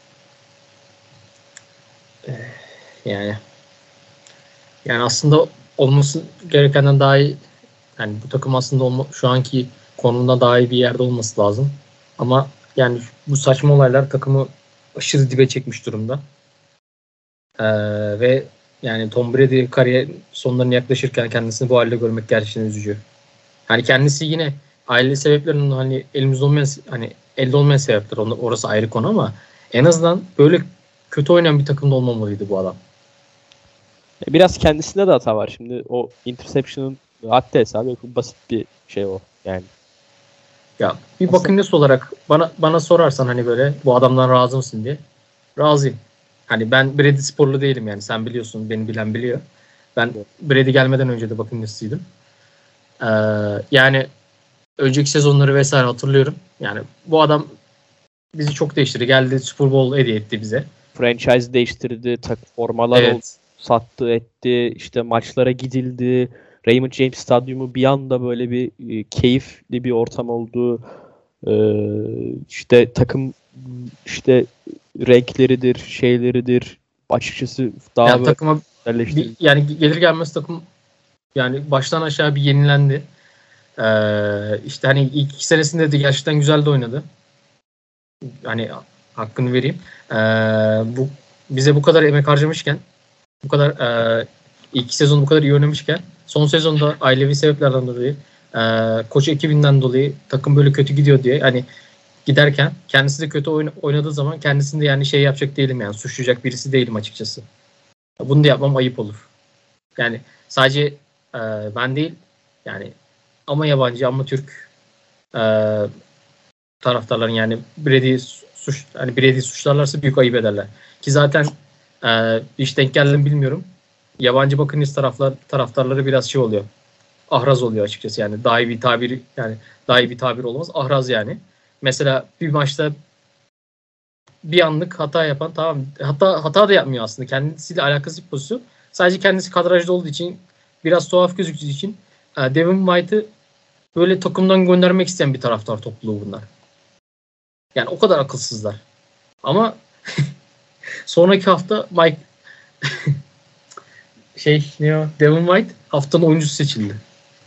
Eh, Yani yani aslında olması gerekenden daha iyi, yani bu takım aslında olma, şu anki konumda daha iyi bir yerde olması lazım. Ama yani bu saçma olaylar takımı aşırı dibe çekmiş durumda. Ee, ve yani Tom Brady kariyer sonlarına yaklaşırken kendisini bu halde görmek gerçekten üzücü. Yani kendisi yine aile sebeplerinin hani elimizde olmayan, hani elde olmayan sebepler, orası ayrı konu ama en azından böyle kötü oynayan bir takımda olmamalıydı bu adam. E, Biraz kendisinde de hata var. Şimdi o interception'ın haddi hesabı yok. Basit bir şey o yani. Ya bir Aslında- Buccaneers olarak bana bana sorarsan hani böyle bu adamdan razı mısın diye. Razıyım. Hani ben Brady sporlu değilim yani, sen biliyorsun, beni bilen biliyor. Ben Evet. Brady gelmeden önce de Buccaneers'ıydım. Ee, yani önceki sezonları vesaire hatırlıyorum. Yani bu adam bizi çok değiştirdi. Geldi, Super Bowl hediye etti bize. Franchise değiştirdi, tak formalar oldu, Evet. sattı etti, işte maçlara gidildi. Raymond James Stadyumu bir anda böyle bir e, keyifli bir ortam oldu. Ee, işte takım işte renkleridir, şeyleridir. Açıkçası daha Yani böyle takıma bir, güzelleştirildi. yani gelir gelmez takım yani baştan aşağı bir yenilendi. Ee, işte hani ilk iki senesinde de gerçekten güzel de oynadı. Hani hakkını vereyim. Ee, bu bize bu kadar emek harcamışken, bu kadar e, ilk sezon bu kadar iyi oynamışken, son sezonda ailevi sebeplerden dolayı, e, koç ekibinden dolayı takım böyle kötü gidiyor diye hani giderken kendisi de kötü oyna, oynadığı zaman kendisini de yani şey yapacak değilim, yani suçlayacak birisi değilim açıkçası. Bunu da yapmam ayıp olur. Yani sadece e, ben değil yani, ama yabancı ama Türk e, taraftarların yani Brady'yi suç hani Brady'yi suçlarlarsa büyük ayıp ederler. Ki zaten e, hiç denk geldim bilmiyorum. Yabancı Buccaneers taraflar taraftarları biraz şey oluyor. Ahraz oluyor açıkçası, yani daha iyi bir tabir, yani daha iyi bir tabir olmaz. Ahraz yani. Mesela bir maçta bir anlık hata yapan, tamam, hata hata da yapmıyor aslında. Kendisiyle alakası bir pozisyon. Sadece kendisi kadrajda olduğu için, biraz tuhaf gözüktüğü için e, Devin White'ı böyle takımdan göndermek isteyen bir taraftar topluluğu bunlar. Yani o kadar akılsızlar. Ama sonraki hafta Mike şey ne o? Devin White haftanın oyuncusu seçildi.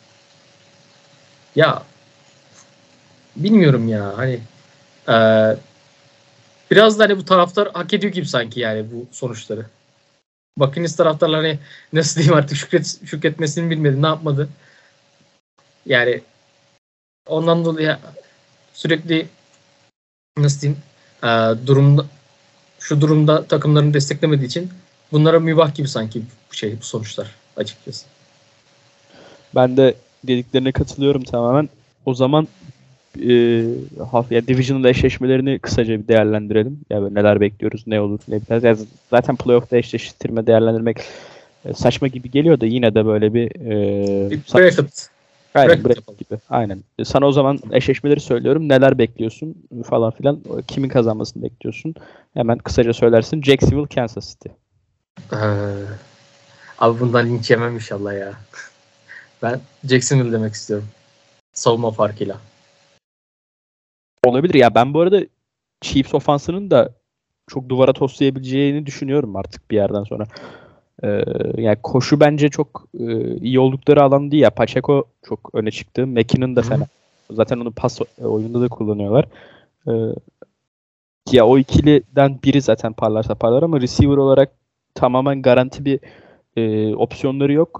Ya bilmiyorum ya, hani e, biraz da hani bu taraftar hak ediyor gibi sanki yani bu sonuçları. Buccaneers taraftarları hani nasıl diyeyim artık, şükret, şükretmesini bilmedi. Ne yapmadı? Yani ondan dolayı sürekli nasıl diyeyim e, durumda şu durumda takımlarını desteklemediği için bunlara mübah gibi sanki bu şey bu sonuçlar açıkçası. Ben de dediklerine katılıyorum tamamen. O zaman e, haf- ya Divisional eşleşmelerini kısaca bir değerlendirelim. Ya böyle neler bekliyoruz, ne olur, ne biter. Ya zaten playoff'ta eşleştirme değerlendirmek e, saçma gibi geliyor da yine de böyle bir e, Bir sa- bracket. aynen, bracket bracket yapalım. gibi. Aynen. E, Sana o zaman eşleşmeleri söylüyorum. Neler bekliyorsun falan filan. Kimin kazanmasını bekliyorsun? Hemen kısaca söylersin. Jacksonville, Kansas City. Ee, abi bundan linç yemem inşallah ya. Ben Jacksonville demek istiyorum. Savunma farkıyla. Olabilir ya. Ben bu arada Chiefs ofansının da çok duvara toslayabileceğini düşünüyorum artık bir yerden sonra. Ee, yani koşu bence çok e, iyi oldukları alan değil ya. Pacheco çok öne çıktı. McKinnon da Hı hı. fena. Zaten onu pas e, oyunda da kullanıyorlar. Ee, ya o ikiliden biri zaten parlarsa parlar ama receiver olarak tamamen garanti bir e, opsiyonları yok.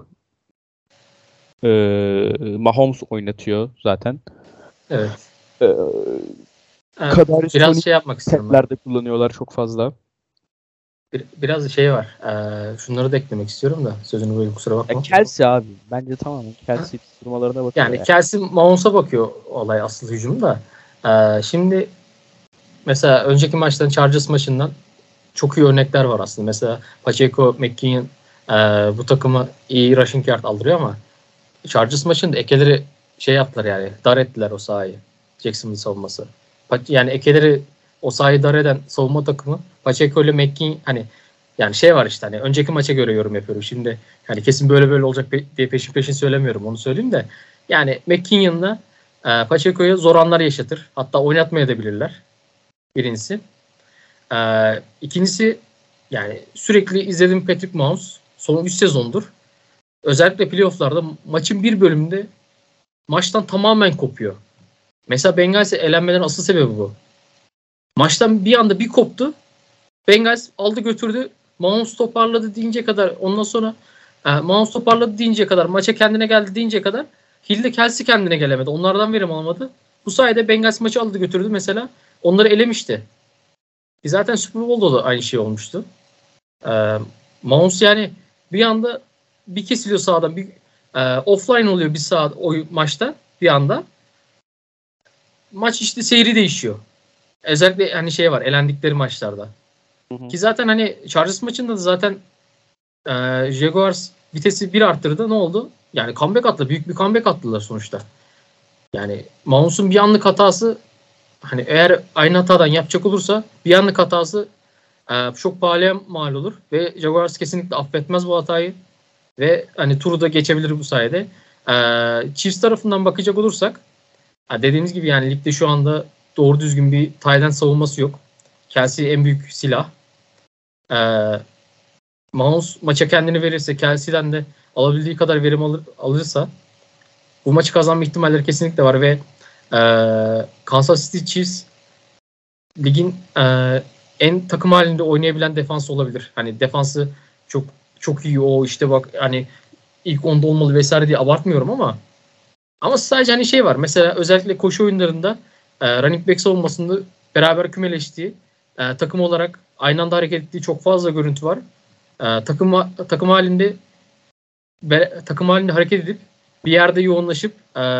Ee, Mahomes oynatıyor zaten. Evet. Ee, Ee, Kadarius biraz Toney şey yapmak istiyorum ben. teklerde kullanıyorlar çok fazla. Bir, biraz şey var. Ee, şunları da eklemek istiyorum da. Sözünü böyle kusura bakma. Ya Kelsey abi. Bence tamamen Kelsey durmalarına bakıyor. Yani Yani. Kelsey Mahomes'a bakıyor olay asıl hücumda. Ee, şimdi mesela önceki maçların Chargers maçından çok iyi örnekler var aslında. Mesela Pacheco, McKinnon e, bu takıma iyi rushing yard aldırıyor ama Chargers maçında ekeleri şey yaptılar yani. Dar ettiler o sahayı. Jacksonville savunması. Pa- Yani ekeleri o sahayı dar eden savunma takımı Pacheco ile McKinnon hani yani şey var işte hani önceki maça göre yorum yapıyorum. Şimdi hani kesin böyle böyle olacak pe- diye peşin peşin söylemiyorum. Onu söyleyeyim de yani McKinnon'la e, Pacheco'ya zor anlar yaşatır. Hatta oynatmaya da bilirler. Birincisi. Ee, ikincisi yani sürekli izlediğim Patrick Mahomes son üç sezondur. Özellikle playofflarda maçın bir bölümünde maçtan tamamen kopuyor. Mesela Bengals'e elenmelerin asıl sebebi bu. Maçtan bir anda bir koptu. Bengals aldı götürdü. Mahomes toparladı deyince kadar ondan sonra e, Mahomes toparladı deyince kadar maça kendine geldi deyince kadar Hill de Kelsey kendine gelemedi. Onlardan verim alamadı. Bu sayede Bengals maçı aldı götürdü mesela. Onları elemişti. E zaten Super Bowl'da da aynı şey olmuştu. Ee, Mahomes yani bir anda bir kesiliyor sağdan bir e, offline oluyor bir saat o maçta bir anda. Maç işte seyri değişiyor. Özellikle hani şey var elendikleri maçlarda. Hı hı. Ki zaten hani Chargers maçında da zaten e, Jaguars vitesi bir arttırdı. Ne oldu? Yani comeback attı. Büyük bir comeback attılar sonuçta. Yani Mahomes'un bir anlık hatası hani eğer aynı hatadan yapacak olursa bir anlık hatası e, çok pahalıya mal olur ve Jaguars kesinlikle affetmez bu hatayı. Ve hani turu da geçebilir bu sayede. Ee, Chiefs tarafından bakacak olursak dediğimiz gibi yani ligde şu anda doğru düzgün bir tight end savunması yok. Kelsey en büyük silah. Ee, Mahomes maça kendini verirse Kelsey'den de alabildiği kadar verim alır, alırsa bu maçı kazanma ihtimalleri kesinlikle var ve e, Kansas City Chiefs ligin e, en takım halinde oynayabilen defansı olabilir. Hani defansı çok çok iyi o işte bak hani ilk onda olmalı vesaire diye abartmıyorum ama ama sadece hani şey var. Mesela özellikle koşu oyunlarında e, running back savunmasında beraber kümeleştiği e, takım olarak aynı anda hareket ettiği çok fazla görüntü var. E, takım takım halinde be, takım halinde hareket edip bir yerde yoğunlaşıp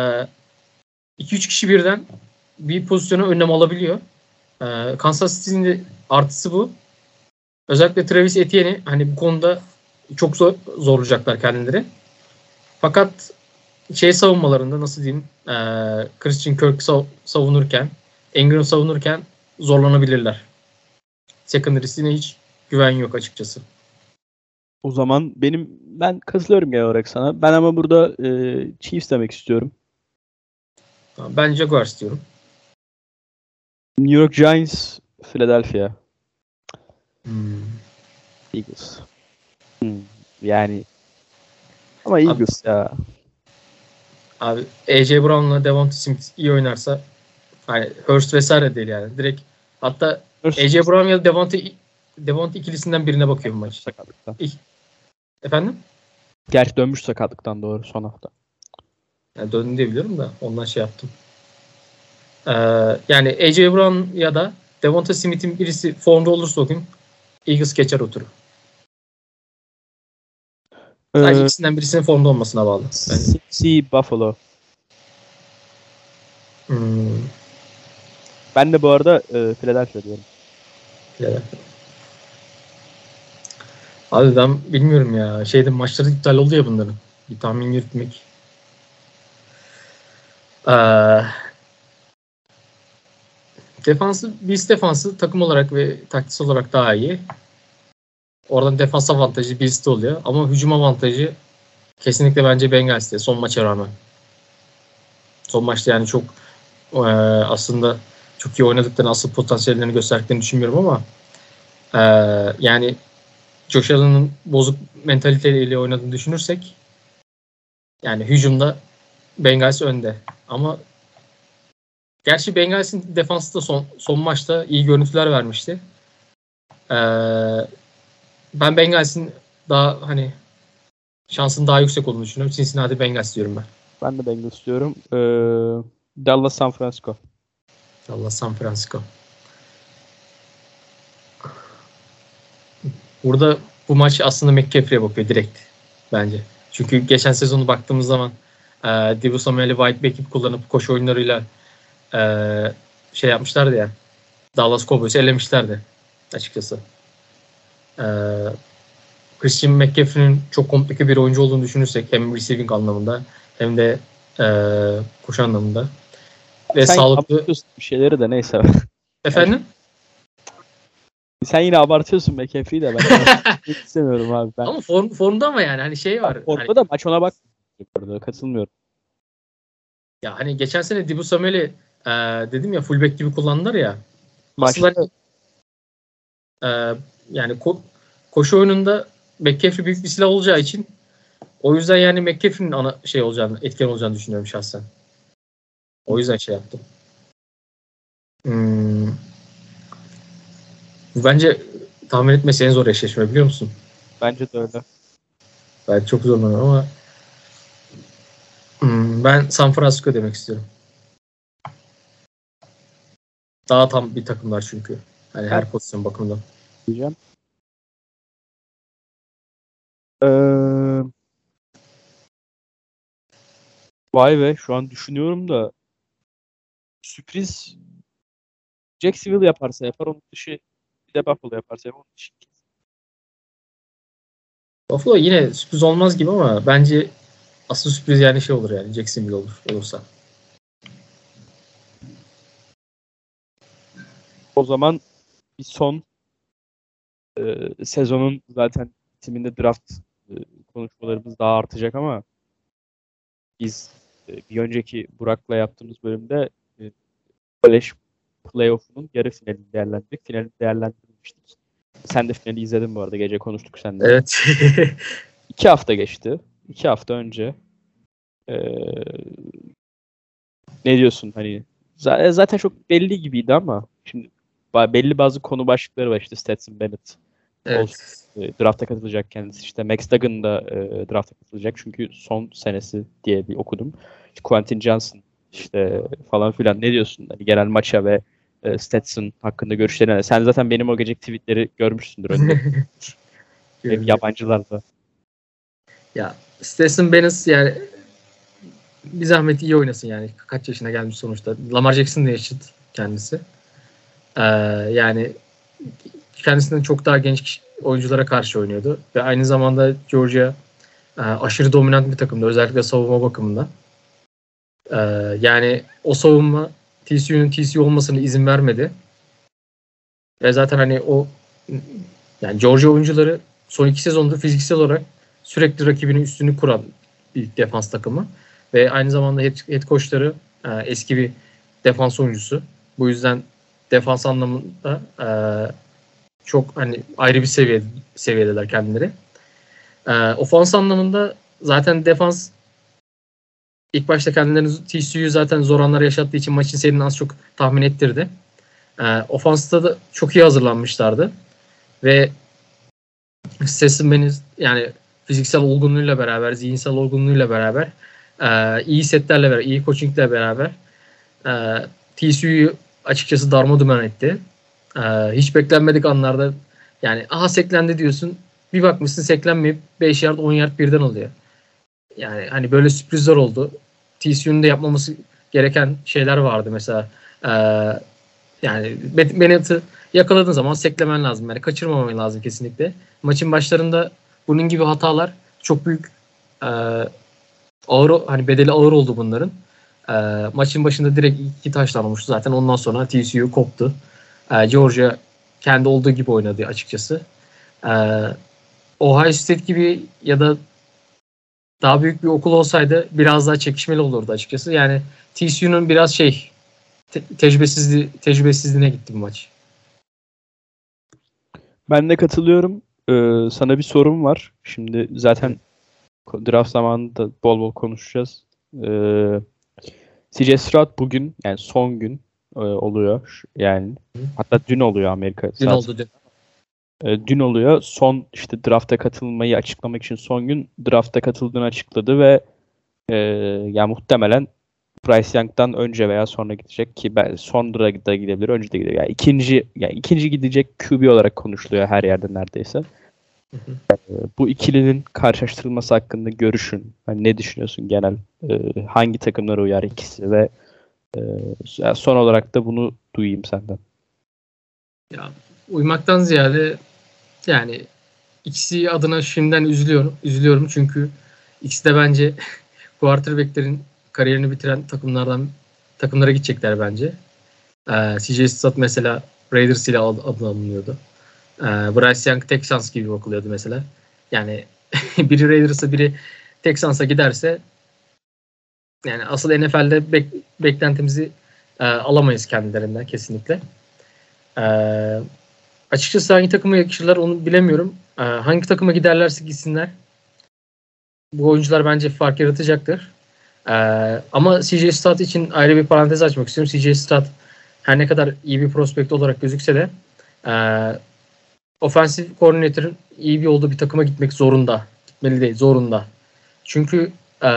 iki üç kişi birden bir pozisyona önlem alabiliyor. E, Kansas City'nin de artısı bu. Özellikle Travis Etienne'i hani bu konuda çok zor, zorlayacaklar kendileri. Fakat şey savunmalarında nasıl diyeyim e, Christian Kirk sav- savunurken Ingram savunurken zorlanabilirler. Secondary'sine hiç güven yok açıkçası. O zaman benim ben katılıyorum genel olarak sana. Ben ama burada e, Chiefs demek istiyorum. Ben Jaguars diyorum. New York Giants, Philadelphia Hmm. Eagles. Hmm, yani ama Abi, Eagles ya. abi A J Brown'la Devonta Smith iyi oynarsa hani Hurst vesaire değil yani. Direkt hatta A J Brown ya da Devonta Devonta ikilisinden birine bakıyorum maç. Sakatlıktan. Efendim? Gerçi dönmüş sakatlıktan doğru son hafta. Yani döndü diye biliyorum da ondan şey yaptım. Ee, yani A J Brown ya da Devonta Smith'in birisi formda olursa o gün Eagles geçer o turu. Sadece Ee, ikisinden birisinin formda olmasına bağlı. Yani, Cincy Buffalo. Hmm, Ben de bu arada e, Philadelphia diyorum. Philadelphia. Abi ben bilmiyorum ya. Şeyde maçları iptal oldu ya bunların. Bir tahmin yürütmek. Ee, defansı, Bills defansı takım olarak ve taktiksel olarak daha iyi. Oradan defans avantajı Bills'te oluyor. Ama hücum avantajı kesinlikle bence Bengals'te son maça rağmen. Son maçta yani çok e, aslında çok iyi oynadıklarını, asıl potansiyellerini gösterdiklerini düşünmüyorum ama e, yani Josh Allen'ın bozuk mentaliteyle oynadığını düşünürsek yani hücumda Bengals önde. Ama gerçi Bengals'in defansı da son, son maçta iyi görüntüler vermişti. Ee, ben Bengals'in daha hani şansın daha yüksek olduğunu düşünüyorum. Cincinnati Bengals diyorum ben. Ben de Bengals diyorum. Ee, Dallas San Francisco. Allah San Francisco. Burada bu maç aslında McCaffrey'e bakıyor direkt bence. Çünkü geçen sezonu baktığımız zaman e, Deebo Samuel'i wide back'i kullanıp koşu oyunlarıyla e, şey yapmışlardı ya. Dallas Cowboys'u elemişlerdi açıkçası. E, Christian McCaffrey'nin çok komplike bir oyuncu olduğunu düşünürsek hem receiving anlamında hem de e, koşu anlamında ve Sen sağlıklı abartıyorsun bir şeyleri de neyse. efendim. Sen yine abartıyorsun McAfee'yi de ben istemiyorum abi. Ben Ama form, formda ama yani hani şey var. orada Hani, da maç ona bak. Burada katılmıyorum. ya hani geçen sene Deebo Samuel'i e, dedim ya fullback gibi kullandılar ya. Maçta Aslında e, yani ko- koşu oyununda McCaffrey büyük bir silah olacağı için o yüzden yani McCaffrey'nin ana şey olacağını, etken olacağını düşünüyorum şahsen. O yüzden şey yaptım. Hmm. Bu bence tahmin etmesi en zor eşleşme biliyor musun? bence de öyle. Ben çok zorlanıyorum ama hmm, ben San Francisco demek istiyorum. Daha tam bir takımlar çünkü. Hani her pozisyon bakımından. Diyeceğim. Ee, vay be şu an düşünüyorum da sürpriz Jacksonville yaparsa yapar onun dışı bir de Buffalo yaparsa yapar onun dışı. Buffalo yine sürpriz olmaz gibi ama bence asıl sürpriz yani şey olur yani Jacksonville olur olursa. O zaman bir son e, sezonun zaten bitiminde draft e, konuşmalarımız daha artacak ama biz e, bir önceki Burak'la yaptığımız bölümde e, College Playoff'unun yarı finalini değerlendirdik. Finalini değerlendirmiştik. Sen de finali izledin bu arada. Gece konuştuk seninle. Evet. İki hafta geçti. İki hafta önce e, ne diyorsun? Hani z- zaten çok belli gibiydi ama şimdi ba- belli bazı konu başlıkları var. İşte Stetson Bennett Evet. e, drafta katılacak kendisi. İşte Max Duggan da e, drafta katılacak. Çünkü son senesi diye bir okudum. İşte Quentin Johnson işte falan filan. Ne diyorsun? Hani genel maça ve e, Stetson hakkında görüşlerini. Sen zaten benim o gece tweetleri görmüşsündür önde. Benim yabancılar da. Ya Stetson Bennett yani bir zahmet iyi oynasın yani. Kaç yaşına gelmiş sonuçta. Lamar Jackson'la eşit kendisi. Ee, yani kendisinden çok daha genç oyunculara karşı oynuyordu. Ve aynı zamanda Georgia e, aşırı dominant bir takımdı. Özellikle savunma bakımından. Ee, yani o savunma T C U'nun T C U olmasına izin vermedi. Ve zaten hani o yani Georgia oyuncuları son iki sezonda fiziksel olarak sürekli rakibinin üstünü kuran bir defans takımı. Ve aynı zamanda head, head coachları e, eski bir defans oyuncusu. Bu yüzden defans anlamında e, çok hani ayrı bir seviye seviyedeler kendileri. E, ofans anlamında zaten defans ilk başta kendilerini T C U'yu zaten zor anlar yaşattığı için maçın seyrini az çok tahmin ettirdi. E, ofansta da çok iyi hazırlanmışlardı. Ve Stetson Bennett yani fiziksel olgunluğuyla beraber, zihinsel olgunluğuyla beraber, e, iyi setlerle beraber, iyi coachingle beraber e, T C U'yu açıkçası darmadağın etti. E, hiç beklenmedik anlarda yani aha seklendi diyorsun. Bir bakmışsın seklenmeyip beş yard on yard birden oluyor. Yani hani böyle sürprizler oldu. T C U'nun da yapmaması gereken şeyler vardı mesela. Ee, yani Bennett'ı yakaladığın zaman seklemen lazım. Yani kaçırmaman lazım kesinlikle. Maçın başlarında bunun gibi hatalar çok büyük e, ağır, hani bedeli ağır oldu bunların. E, maçın başında direkt iki taştan olmuştu zaten. Ondan sonra T C U koptu. E, Georgia kendi olduğu gibi oynadı açıkçası. E, Ohio State gibi ya da daha büyük bir okul olsaydı biraz daha çekişmeli olurdu açıkçası. Yani T C U'nun biraz şey te- tecrübesizliği, tecrübesizliğine gitti bu maç. Ben de katılıyorum. Ee, sana bir sorum var. Şimdi zaten ko- draft zamanında bol bol konuşacağız. Ee, C J Stroud bugün yani son gün e, oluyor. Şu- Yani hatta dün oluyor Amerika Dün saat. oldu dün. E, dün oluyor. Son işte drafta katılmayı açıklamak için son gün drafta katıldığını açıkladı ve e, yani muhtemelen Bryce Young'dan önce veya sonra gidecek ki ben sonra da gidebilir, önce de gidebilir. Yani ikinci yani ikinci gidecek Q B olarak konuşuluyor her yerde neredeyse. Hı hı. E, bu ikilinin karşılaştırılması hakkında görüşün. Hani ne düşünüyorsun genel? E, hangi takımlara uyar ikisi ve e, yani son olarak da bunu duyayım senden. Ya, uymaktan ziyade yani ikisi adına şimdiden üzülüyorum. Üzülüyorum çünkü ikisi de bence quarterback'lerin kariyerini bitiren takımlardan takımlara gidecekler bence. Ee, C J Stroud mesela Raiders ile ad- adını alınıyordu. Ee, Bryce Young Texans gibi bakılıyordu mesela. Yani biri Raiders'a biri Texans'a giderse yani asıl N F L'de bek- beklentimizi e, alamayız kendilerinden kesinlikle. Ee, açıkçası hangi takıma yakışırlar onu bilemiyorum. Ee, hangi takıma giderlerse gitsinler. Bu oyuncular bence fark yaratacaktır. Ee, ama C J Stroud için ayrı bir parantez açmak istiyorum. C J Stroud her ne kadar iyi bir prospekt olarak gözükse de e, ofensif koordinatörün iyi bir olduğu bir takıma gitmek zorunda. Gitmeli değil, zorunda. Çünkü e,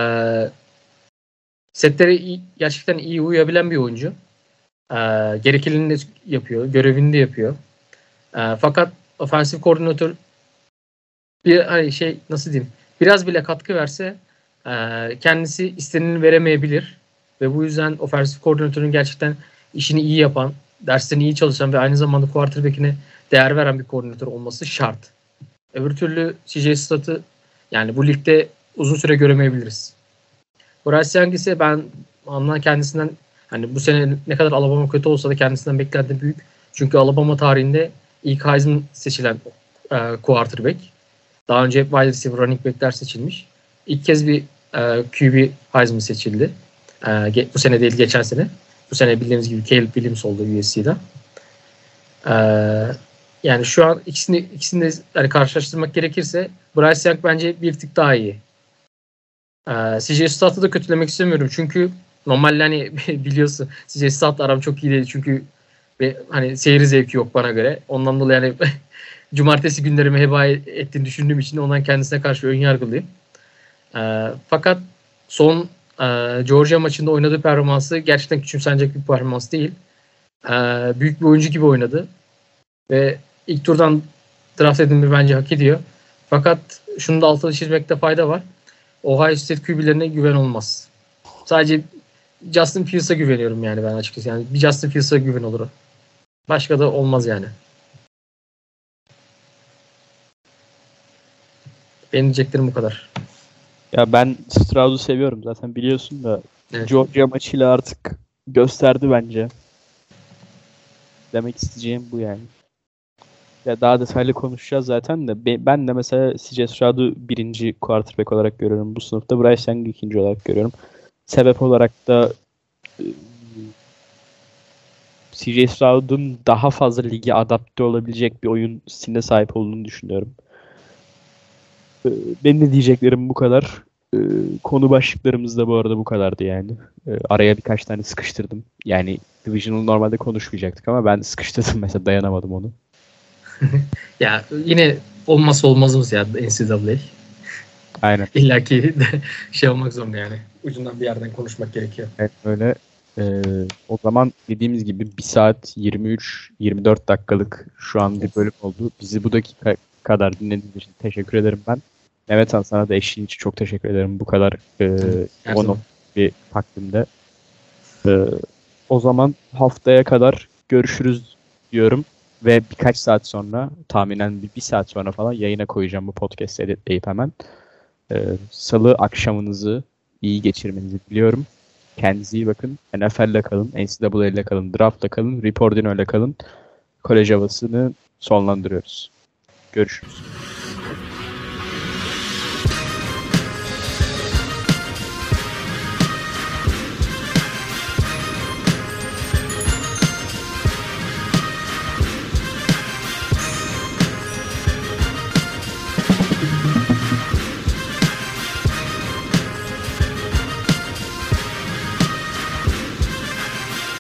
setlere iyi, gerçekten iyi uyabilen bir oyuncu. E, gerekenini de yapıyor, görevini de yapıyor. E, fakat ofensif koordinatör bir hani şey nasıl diyeyim biraz bile katkı verse e, kendisi istenileni veremeyebilir ve bu yüzden ofensif koordinatörün gerçekten işini iyi yapan, derslerini iyi çalışan ve aynı zamanda quarterback'ine değer veren bir koordinatör olması şart. Öbür türlü C J Stroud'u yani bu ligde uzun süre göremeyebiliriz. Bryce Young ise ben anla kendisinden hani bu sene ne kadar Alabama kötü olsa da kendisinden beklentim büyük. Çünkü Alabama tarihinde ilk Heisman seçilen e, quarterback. Daha önce hep wide receiver, running back'ler seçilmiş. İlk kez bir e, Q B Heisman seçildi. E, ge- bu sene değil, geçen sene. Bu sene bildiğimiz gibi Caleb Williams oldu U S C'de. E, yani şu an ikisini ikisini de yani karşılaştırmak gerekirse Bryce Young bence bir tık daha iyi. E, C J Stroud'u da kötülemek istemiyorum. Çünkü normalde hani biliyorsun C J Stroud'la aram çok iyi değil. Çünkü ve hani seyir zevki yok bana göre. Ondan dolayı yani cumartesi günlerimi heba ettiğini düşündüğüm için ondan kendisine karşı ön yargılıyım. E, fakat son e, Georgia maçında oynadığı performansı gerçekten küçümsenecek bir performans değil. E, büyük bir oyuncu gibi oynadı. Ve ilk turdan draft edilmeyi bence hak ediyor. Fakat şunu da altını çizmekte fayda var. Ohio State Q B'lerine güven olmaz. Sadece Justin Fields'a güveniyorum yani ben açıkçası. Yani bir Justin Fields'a güven olur. Başka da olmaz yani. Benim diyeceklerim bu kadar. Ya ben Stroud'u seviyorum zaten biliyorsun da Evet. Georgia maçıyla artık gösterdi bence. Demek isteyeceğim bu yani. Ya daha detaylı konuşacağız zaten de Be- ben de mesela C J Stroud'u birinci quarterback olarak görüyorum bu sınıfta. Bryce Young'u ikinci olarak görüyorum. Sebep olarak da e, C J Stroud'un daha fazla lige adapte olabilecek bir oyun stiline sahip olduğunu düşünüyorum. E, Benim de diyeceklerim bu kadar. E, Konu başlıklarımız da bu arada bu kadardı yani. E, Araya birkaç tane sıkıştırdım. Yani Divisional normalde konuşmayacaktık ama ben sıkıştırdım mesela dayanamadım onu. Ya yine olmazsa olmazımız ya N C A A. Aynen. İlla ki de şey olmak zorunda yani. Ucundan bir yerden konuşmak gerekiyor. Evet, öyle. Ee, o zaman dediğimiz gibi bir saat yirmi üç yirmi dört dakikalık şu an bir bölüm oldu. Bizi bu dakika kadar dinlediğiniz için teşekkür ederim ben. Mehmet Han sana da eşliğin için çok teşekkür ederim bu kadar e, Her on zaman. bir takvimde. Ee, O zaman haftaya kadar görüşürüz diyorum. Ve birkaç saat sonra, tahminen bir, bir saat sonra falan yayına koyacağım bu podcast'i editleyip hemen. Ee, Salı akşamınızı iyi geçirmenizi diliyorum. Kendinize iyi bakın. N F L'le kalın, N C A A'le kalın, Draft'la kalın, Reportino'yla kalın. Kolej havasını sonlandırıyoruz. Görüşürüz.